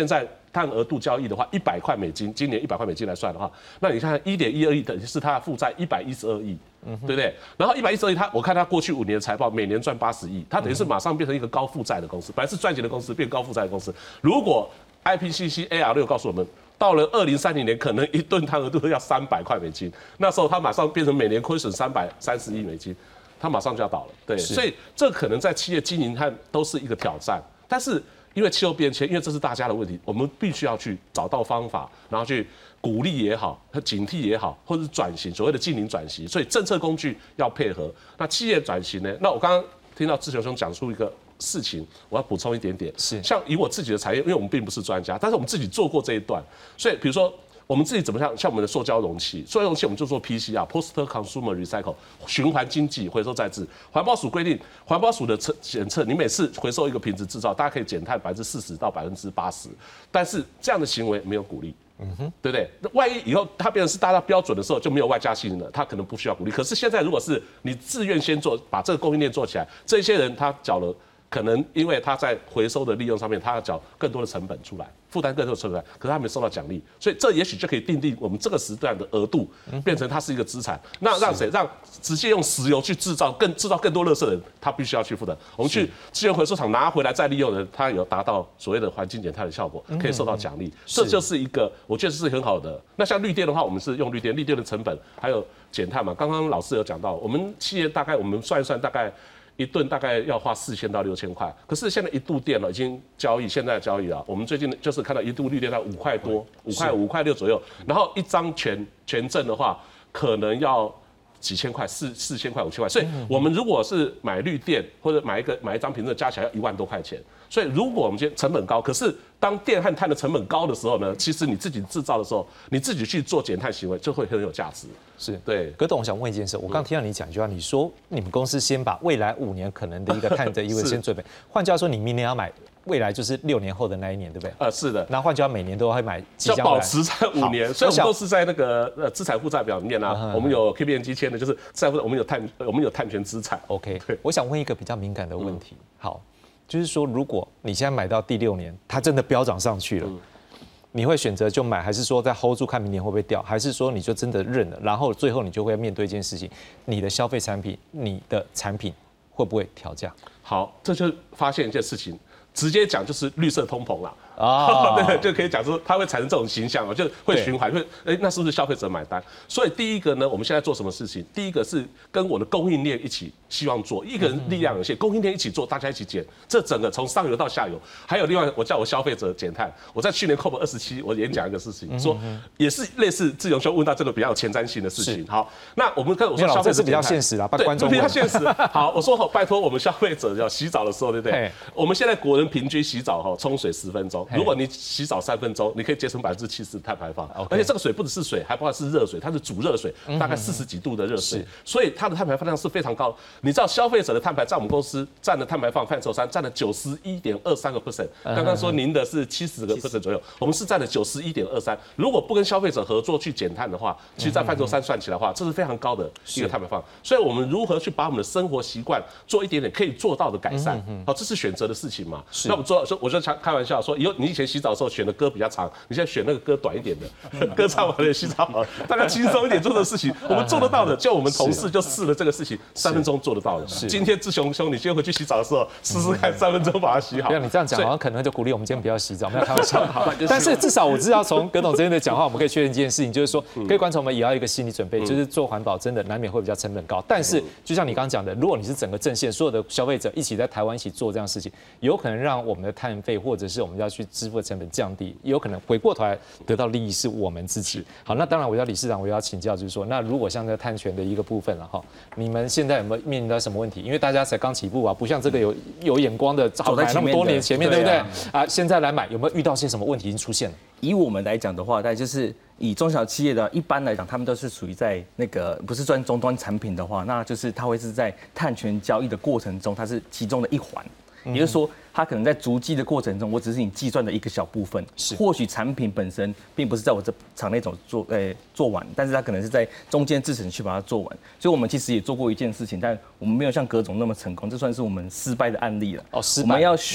碳额度交易的话，100块美金，今年100块美金来算的话，那你看1.12亿等于是它的负债112亿，对不对？然后112亿，我看它过去5年的财报，每年赚80亿，它等于是马上变成一个高负债的公司，本来是赚钱的公司变高负债的公司。如果 IPCC AR6告诉我们，到了2030年，可能1吨碳额度要300块美金，那时候它马上变成每年亏损330亿美金，它马上就要倒了。对，所以这可能在企业经营上都是一个挑战，但是因为气候变迁，因为这是大家的问题，我们必须要去找到方法，然后去鼓励也好，警惕也好，或者是转型，所谓的近邻转型，所以政策工具要配合。那企业转型呢？那我刚刚听到志雄兄讲出一个事情，我要补充一点点。是，像以我自己的产业，因为我们并不是专家，但是我们自己做过这一段，所以比如说我们自己怎么像我们的塑胶容器，塑胶容器我们就做 PCR（Post Consumer Recycle） 循环经济回收再制。环保署规定，环保署的检测，你每次回收一个瓶子制造，大家可以减碳40%到80%，但是这样的行为没有鼓励。对不对？那万一以后它变成是大家标准的时候，就没有外加性了，它可能不需要鼓励。可是现在如果是你自愿先做，把这个供应链做起来，这些人他缴了，可能因为他在回收的利用上面，他要缴更多的成本出来，负担更多的成本，可是他没受到奖励，所以这也许就可以定我们这个时段的额度，变成它是一个资产。那让谁？让直接用石油去制造更多垃圾的人，他必须要去负责。我们去资源回收厂拿回来再利用的人，他有达到所谓的环境减碳的效果，可以受到奖励。这就是一个我觉得是很好的。那像绿电的话，我们是用绿电的成本还有减碳嘛。刚刚老师有讲到，我们企业大概我们算一算，大概1吨大概要花4000到6000块，可是现在1度电了，已经现在交易了。我们最近就是看到1度绿电到5块多，5块6左右，然后一张权证的话，可能要几千块，4000块、5000块。所以我们如果是买绿电或者买一张凭证，加起来要1万多块钱。所以如果我们今天成本高，可是当电和碳的成本高的时候呢，其实你自己制造的时候，你自己去做减碳行为，就会很有价值。是对。 葛董，我想问一件事，我刚听到你讲一句话，你说你们公司先把未来5年可能的一个碳的一个先准备，换句话说，你明年要买。未来就是6年后的那一年，对不对？ 是的。 那换句话，每年都会买， 要保持在5年。所以我们都是在那个资产负债表里面啊，我们有 KPMG 签的，就是债负，我们有碳权资产。 OK， 我想问一个比较敏感的问题，好，就是说，如果你现在买到第6年，它真的飙涨上去了，你会选择就买，还是说再 hold 住看明年会不会掉，还是说你就真的认了，然后最后你就会面对一件事情，你的消费产品，你的产品会不会调价？ 好，这就发现一件事情。直接讲就是绿色通膨啦，对，就可以讲说它会产生这种形象，就会循环，那是不是消费者买单？所以第一个呢，我们现在做什么事情？第一个是跟我的供应链一起，希望做，一个人力量有限，供应链一起做，大家一起减，这整个从上游到下游。还有另外，我叫我消费者减碳。我在去年 COP27 我演讲一个事情，说也是类似志勇兄问到这个比较有前瞻性的事情。好，那我说消费者是比较现实啦， 对，比较现实。好，我说拜托我们消费者要洗澡的时候，对不对？我们现在国人平均洗澡冲水10分钟，如果你洗澡3分钟，你可以节省70%的碳排放。而且这个水不只是水，还包括是热水，它是煮热水，大概40几度的热水，所以它的碳排放量是非常高。你知道消费者的碳排在我们公司占的碳排放范畴3占了91.23%。刚刚说您的是70%左右，我们是占了91.23%。如果不跟消费者合作去减碳的话，其实在范畴3算起来的话，这是非常高的一个碳排放。所以我们如何去把我们的生活习惯做一点点可以做到的改善？好，这是选择的事情嘛。那我们我就开玩笑说，你以前洗澡的时候选的歌比较长，你现在选那个歌短一点的，歌唱完了洗澡好了，大家轻松一点做的事情，我们做得到的。就我们同事就试了这个事情，3分钟做得到的。今天志雄兄，你今天回去洗澡的时候试试看，3分钟把它洗好。 不要你这样讲，好像可能就鼓励我们今天不要洗澡，没有开玩笑。但是至少我知道从葛董这边的讲话，我们可以确认一件事情，就是说，各位观众们也要一个心理准备，就是做环保真的难免会比较成本高。但是就像你刚刚讲的，如果你是整个阵线所有的消费者一起在台湾一起做这样的事情，有可能让我们的碳费或者是我们要去支付的成本降低，也有可能回过头来得到利益是我们自己。好，那当然我要理事长，我要请教，就是说，那如果像这个碳权的一个部分了哈，你们现在有没有面临到什么问题？因为大家才刚起步啊，不像这个有眼光的，走在那么多年前面，对不对？啊，现在来买有没有遇到些什么问题已经出现了？ 以我们来讲的话，大概就是以中小企业的，一般来讲，他们都是属于在那个不是赚终端产品的话，那就是它会是在碳权交易的过程中，它是其中的一环。也就是说，它可能在逐季的过程中，我只是你计算的一个小部分。或许产品本身并不是在我这场内做完，但是它可能是在中间制程去把它做完。所以我们其实也做过一件事情，但我们没有像葛总那么成功，这算是我们失败的案例了。我们要学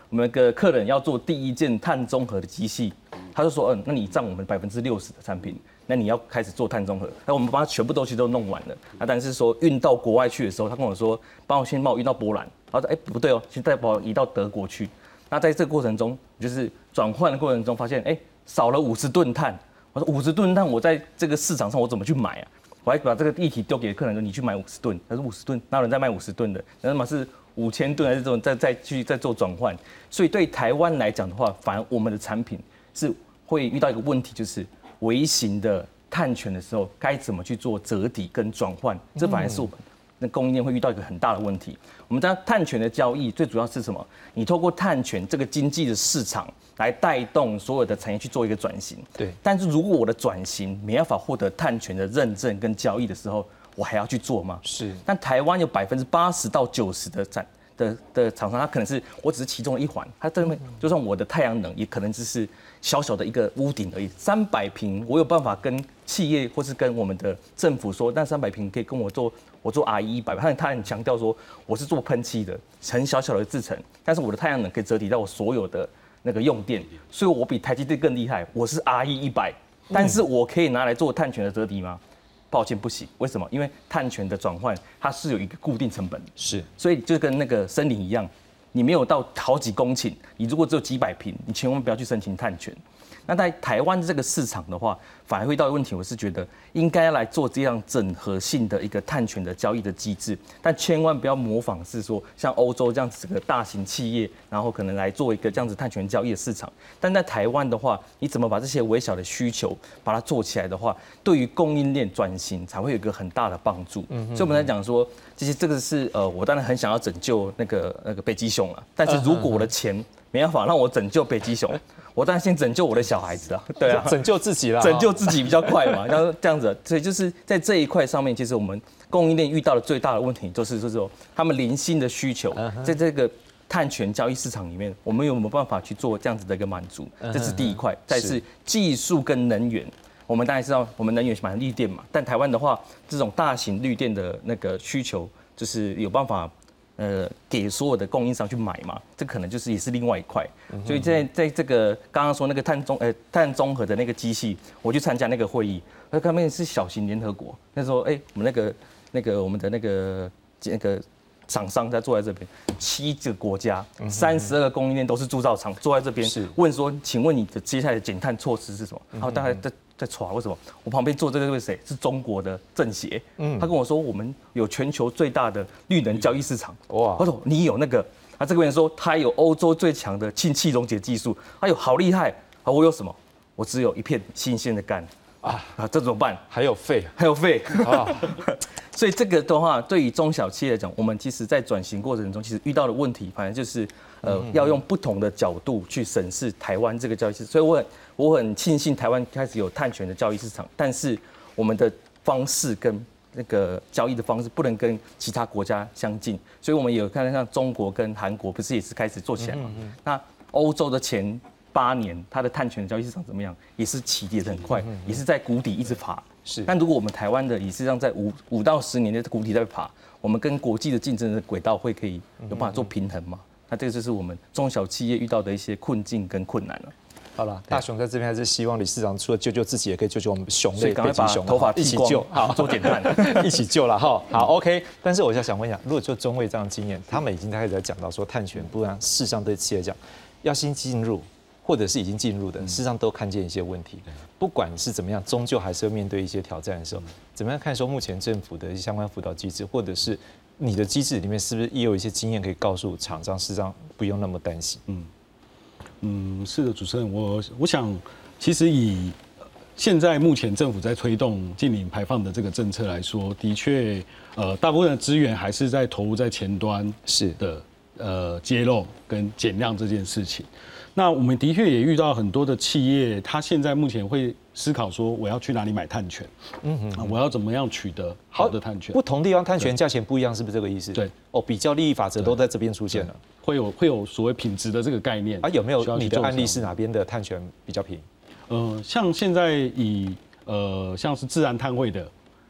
我们的客人要做第一件碳中和的机器，他就说，那你占我们60%的产品，那你要开始做碳中和，那我们把它全部东西都弄完了，但是说运到国外去的时候，他跟我说，帮我运到波兰，他说，不对哦，现在把我移到德国去。那在这个过程中，就是转换的过程中发现，少了50吨碳。我说50吨碳，我在这个市场上我怎么去买啊？我还把这个议题丢给客人说，你去买50吨。他说50吨，哪有人在卖50吨的？那么是5000吨还是这种再做转换？所以对台湾来讲的话，反而我们的产品是会遇到一个问题，就是微型的碳权的时候，该怎么去做折抵跟转换？这反而是我们那供应链会遇到一个很大的问题。我们知道碳权的交易最主要是什么？你透过碳权这个经济的市场来带动所有的产业去做一个转型。 对。但是如果我的转型没办法获得碳权的认证跟交易的时候，我还要去做吗？ 是。 但台湾有80%到90%的厂商，它可能是我只是其中的一环，它这边就算我的太阳能也可能只是小小的一个屋顶而已。300坪，我有办法跟企业或是跟我们的政府说，那300坪可以跟我做 RE100，他很强调说我是做喷漆的，很小小的制程，但是我的太阳能可以折抵到我所有的那个用电，所以我比台积电更厉害，我是 RE100，但是我可以拿来做碳权的折抵吗？抱歉，不行。为什么？因为碳权的转换它是有一个固定成本， 是， 所以就跟那个森林一样，你没有到好几公顷，你如果只有几百坪，你千万不要去申请碳权。那在台湾这个市场的话，反而会遇到问题，我是觉得应该来做这样整合性的一个碳权的交易的机制，但千万不要模仿是说像欧洲这样子的大型企业，然后可能来做一个这样子碳权交易的市场。但在台湾的话，你怎么把这些微小的需求把它做起来的话，对于供应链转型才会有一个很大的帮助。所以我们在讲说，这个是我当然很想要拯救那个北极熊了，但是如果我的钱没办法让我拯救北极熊，我当然先拯救我的小孩子啊，对啊， 拯救自己啦， 拯救自己比较快嘛，然后这样子，所以就是在这一块上面，其实我们供应链遇到的最大的问题就是说，他们零星的需求，在这个碳权交易市场里面，我们有没有办法去做这样子的一个满足？这是第一块，再是技术跟能源。我们当然知道，我们能源是买绿电嘛，但台湾的话，这种大型绿电的那个需求，就是有办法。给所有的供应商去买嘛，这可能也是另外一块。所以在这个刚刚说那个碳中和的那个机器，我去参加那个会议，那他们是小型联合国，那时候我们我们的那个厂商在坐在这边，7个国家，32个供应链都是铸造厂坐在这边，问说，请问你的接下来的减碳措施是什么？然后大概在吵为什么？我旁边坐这个是谁？是中国的政协。他跟我说，我们有全球最大的绿能交易市场。哇！我说你有那个？这个人说他有欧洲最强的氢气溶解技术。哎呦，好厉害！我有什么？我只有一片新鲜的肝。这怎么办？ 还有肺啊！所以这个的话，对于中小企业来讲，我们其实在转型过程中，其实遇到的问题，反正就是要用不同的角度去审视台湾这个交易市场。所以我很庆幸台湾开始有碳权的交易市场，但是我们的方式跟那个交易的方式不能跟其他国家相近。所以我们有看到像中国跟韩国不是也是开始做起来嘛？那欧洲的前8年，它的碳权交易市场怎么样？也是起跌得很快，也是在谷底一直爬。 是。 但如果我们台湾的也是让在5到10年的谷底在爬，我们跟国际的竞争的轨道会可以有办法做平衡嘛？那这个就是我们中小企业遇到的一些困境跟困难了。 好了，大雄在这边还是希望理事长除了救自己，也可以救我们熊类北极熊， 头发一起救，好做减碳， 一起救了哈。好 ，OK。但是我想问一下，如果就中卫这样的经验，他们已经开始在讲到说碳权，不然事实上对企业讲要先进入。或者是已经进入的，事实上都看见一些问题。不管是怎么样，终究还是会面对一些挑战的时候，怎么样看说目前政府的相关辅导机制，或者是你的机制里面，是不是也有一些经验可以告诉厂商，事实上不用那么担心？ 是的，主持人，我想，其实以现在目前政府在推动净零排放的这个政策来说，的确，大部分的资源还是在投入在前端的揭露跟减量这件事情。那我们的确也遇到很多的企业，它现在目前会思考说，我要去哪里买碳权？我要怎么样取得好的碳权？ 不同地方碳权价钱不一样，是不是这个意思？ 对， 比较利益法则都在这边出现了， 会有所谓品质的这个概念。 有没有你的案例是哪边的碳权比较便宜？ 像现在以像是自然碳汇的，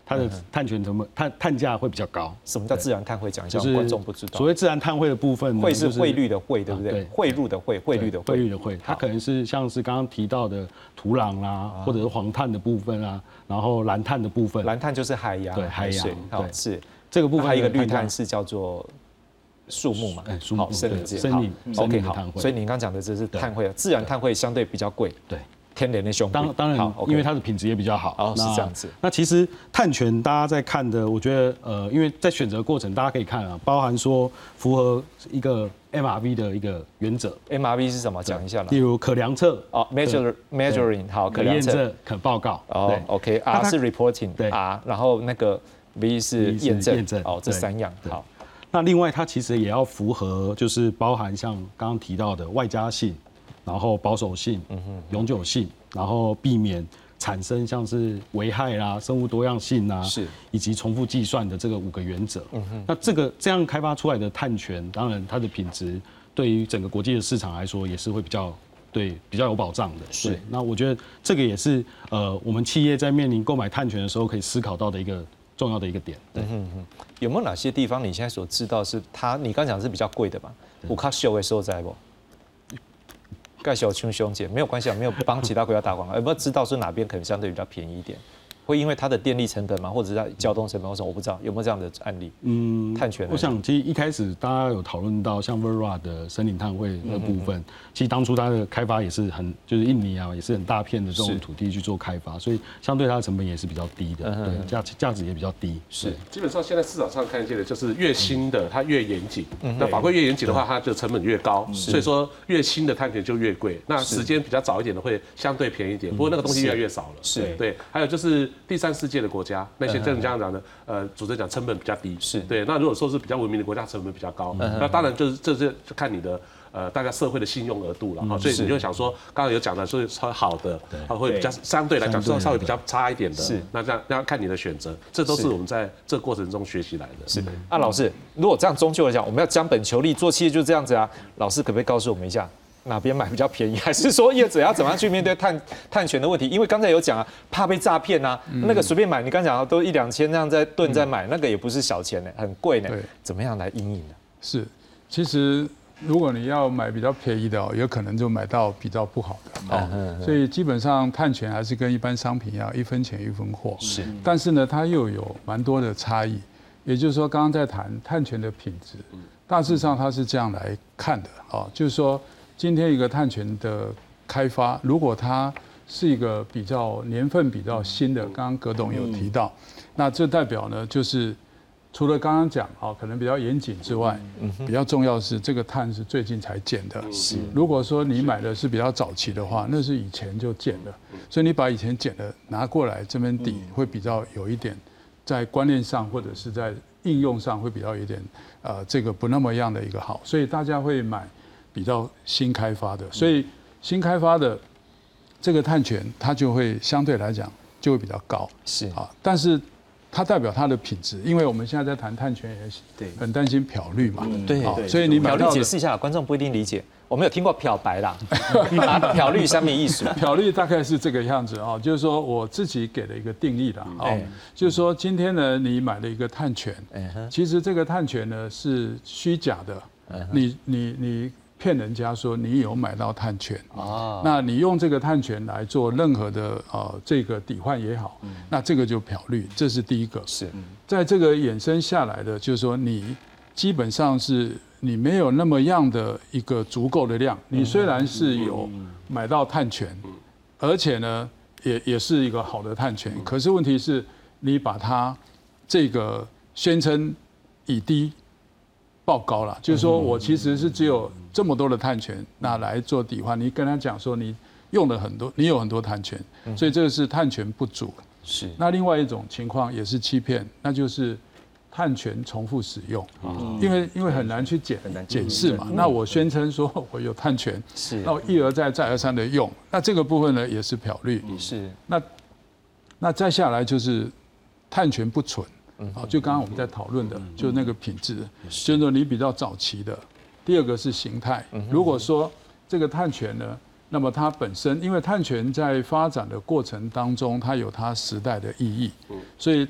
它的碳权成本碳价会比较高。 什么叫自然碳汇？讲一下， 就是观众不知道。 所谓自然碳汇的部分， 汇是汇率的汇，对不对？汇入的汇，汇率的汇。 汇率的汇，它可能是像是刚刚提到的土壤啦，或者是黄碳的部分啊，然后蓝碳的部分。 蓝碳就是海洋， 对海洋， 好是这个部分。 还有一个绿碳是叫做树木嘛， 树木森林界。 森林 OK 好，所以您刚讲的这是碳汇，自然碳汇相对比较贵。 对。 天然的兄弟， 当然，因为它的品质也比较好。 哦，是这样子。 那其实碳权大家在看的，我觉得因为在选择过程，大家可以看啊，包含说符合一个 MRV 的一个原则。 MRV 是什么？讲一下嘛。 例如可量测哦 ，measuring 好，可量测、 可报告。 哦 ，OK，R 是 reporting， 对 R， 然后那个 V 是验证，哦，这3样。好， 那另外它其实也要符合，就是包含像刚刚提到的外加性。然后保守性、永久性，然后避免产生像是危害啦、生物多样性啊， 是以及重复计算的这个5个原则。那这样开发出来的碳权，当然它的品质对于整个国际的市场来说，也是会比较有保障的。是，那我觉得这个也是我们企业在面临购买碳权的时候可以思考到的一个重要的一个点。 有没有哪些地方你现在所知道是你刚讲是比较贵的嘛？有较俗的所在不？盖小青兄姐没有关系啊，没有帮其他国家打广告，有没有知道说哪边可能相对比较便宜一点？会因为它的电力成本吗，或者是它交通成本或什么？我不知道有没有这样的案例。碳权。 我想其实一开始大家有讨论到像 Verra 的森林碳汇的部分，其实当初它的开发也是就是印尼啊，也是很大片的这种土地去做开发，所以相对它的成本也是比较低的，对，价值也比较低。 是，基本上现在市场上看见的就是越新的它越严谨，那法规越严谨的话，它的成本越高，所以说越新的碳权就越贵。那时间比较早一点的会相对便宜一点，不过那个东西越来越少了。 是， 对，还有就是第3世界的国家，那些正这样讲的，主持人讲成本比较低，是对。那如果说是比较文明的国家，成本比较高，那当然这是看你的大概社会的信用额度了哈。所以你就想说，刚刚有讲的是稍微好的，会比较相对来讲稍微比较差一点的，是。那这样要看你的选择，这都是我们在这个过程中学习来的。 是啊，老师，如果这样终究来讲，我们要将本求利，做企业就这样子啊。老师可不可以告诉我们一下？哪边买比较便宜，还是说业者要怎么样去面对碳权的问题？因为刚才有讲啊，怕被诈骗啊，那个随便买，你刚讲都1、2千这样在吨在买，那个也不是小钱呢，很贵呢。怎么样来因应呢？ 是，其实如果你要买比较便宜的有可能就买到比较不好的所以基本上碳权还是跟一般商品一样，1分钱1分货。是，但是呢，它又有蛮多的差异。也就是说，刚刚在谈碳权的品质，大致上它是这样来看的就是说。今天一个碳权的开发，如果它是一个比较年份比较新的，刚刚葛董有提到，那这代表呢，就是除了刚刚讲可能比较严谨之外，比较重要的是这个碳是最近才建的。是，如果说你买的是比较早期的话，那是以前就建的，所以你把以前建的拿过来这边抵，会比较有一点在观念上或者是在应用上会比较有一点这个不那么样的一个好，所以大家会买。比较新开发的，所以新开发的这个碳权，它就会相对来讲就会比较高，是啊，但是它代表它的品质，因为我们现在在谈碳权，也很担心漂绿嘛， 对， 所以你漂绿解释一下，观众不一定理解，我们有听过漂白啦，漂绿上面意思， 漂绿大概是这个样子就是说我自己给了一个定义啦，就是说今天呢，你买了一个碳权，其实这个碳权呢是虚假的，你骗人家说你有买到碳权那你用这个碳权来做任何的这个抵换也好，那这个就漂绿，这是第一个。是，在这个衍生下来的，就是说你基本上是你没有那么样的一个足够的量，你虽然是有买到碳权，而且呢也是一个好的碳权，可是问题是你把它这个宣称以低报高了，就是说我其实是只有这么多的碳权，那来做抵换，你跟他讲说你用了很多，你有很多碳权，所以这个是碳权不足。是。那另外一种情况也是欺骗，那就是碳权重复使用，因为很难去检视嘛。那我宣称说我有碳权，是，那我一而再再而三的用，那这个部分呢也是漂绿。是。那再下来就是碳权不纯。就刚刚我们在讨论的，就那个品质，就是说你比较早期的。第二个是形态，如果说这个碳权呢，那么它本身，因为碳权在发展的过程当中，它有它时代的意义，所以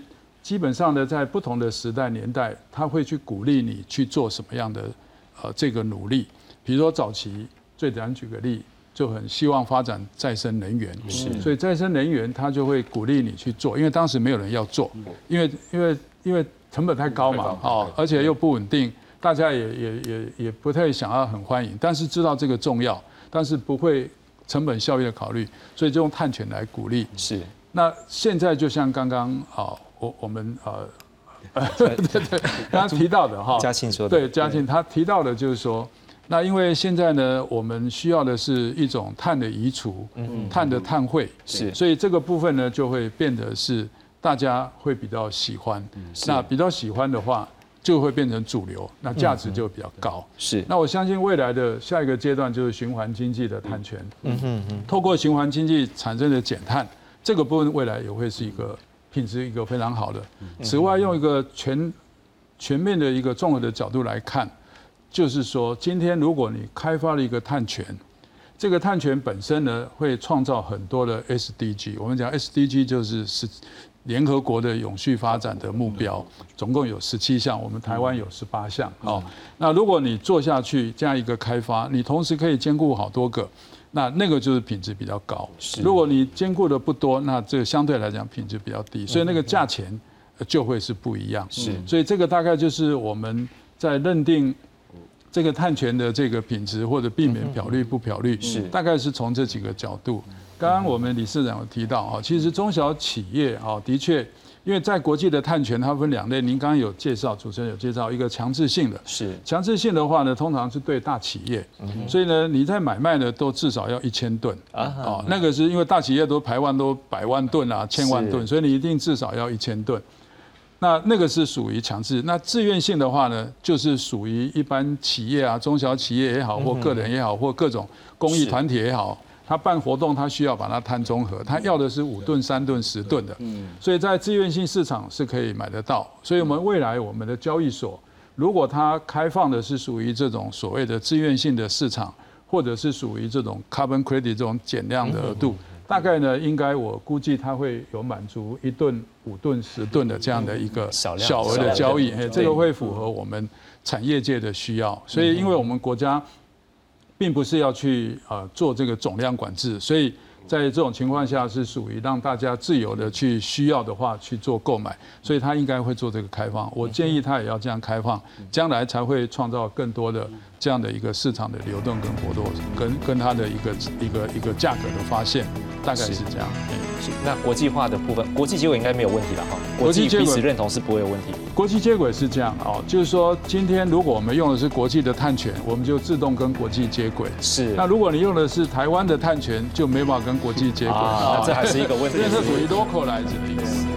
基本上呢，在不同的时代年代，它会去鼓励你去做什么样的这个努力。比如说早期，最简单举个例，就很希望发展再生能源，所以再生能源它就会鼓励你去做，因为当时没有人要做，因为成本太高嘛，而且又不稳定，大家也不太想要很欢迎，但是知道这个重要，但是不会成本效益的考虑，所以就用碳权来鼓励。 是。 那现在就像刚刚我们对，刚刚提到的嘉庆说的， 对，嘉庆他提到的就是说，那因为现在呢，我们需要的是一种碳的移除，碳的碳汇， 是， 所以这个部分呢就会变得是大家会比较喜欢，那比较喜欢的话，就会变成主流，那价值就比较高。 是， 那我相信未来的下一个阶段就是循环经济的碳权，透过循环经济产生的减碳，这个部分未来也会是一个品质一个非常好的。此外，用一个全面的一个综合的角度来看，就是说，今天如果你开发了一个碳权，这个碳权本身呢，会创造很多的 SDG。我们讲 SDG 就是联合国的永续发展的目标，总共有17项，我们台湾有18项。那如果你做下去这样一个开发，你同时可以兼顾好多个。那个就是品质比较高。如果你兼顾的不多，那这个相对来讲品质比较低，所以那个价钱就会是不一样。所以这个大概就是我们在认定这个碳权的这个品质或者避免漂绿不漂绿，大概是从这几个角度。刚刚我们理事长有提到其实中小企业的确。因为在国际的碳权，它分2类。您刚刚有介绍，主持人有介绍一个强制性的。强制性的话呢，通常是对大企业，所以呢，你在买卖呢都至少要1000吨那个是因为大企业都排万都100万吨啊，1000万吨，所以你一定至少要1000吨。那个是属于强制。那自愿性的话呢，就是属于一般企业啊、中小企业也好，或个人也好，或各种公益团体也好。他办活动，他需要把它碳中和，他要的是5吨、3吨、10吨的，所以在自愿性市场是可以买得到。所以我们未来我们的交易所，如果它开放的是属于这种所谓的自愿性的市场，或者是属于这种 carbon credit 这种减量的额度，大概呢，应该我估计它会有满足1吨、5吨、10吨的这样的一个小额的交易，这个会符合我们产业界的需要。所以，因为我们国家并不是要去做这个总量管制，所以在这种情况下是属于让大家自由的去需要的话去做购买，所以他应该会做这个开放。我建议他也要这样开放，将来才会创造更多的这样的一个市场的流动跟活动，跟它的一个价格的发现，大概是这样。 那国际化的部分，国际接轨应该没有问题了哈。国际彼此认同是不会有问题。 国际接轨是这样就是说今天如果我们用的是国际的碳权，我们就自动跟国际接轨。那如果你用的是台湾的碳权，就没办法跟国际接轨。 这还是一个问题， 因为它属于 localize 的意思。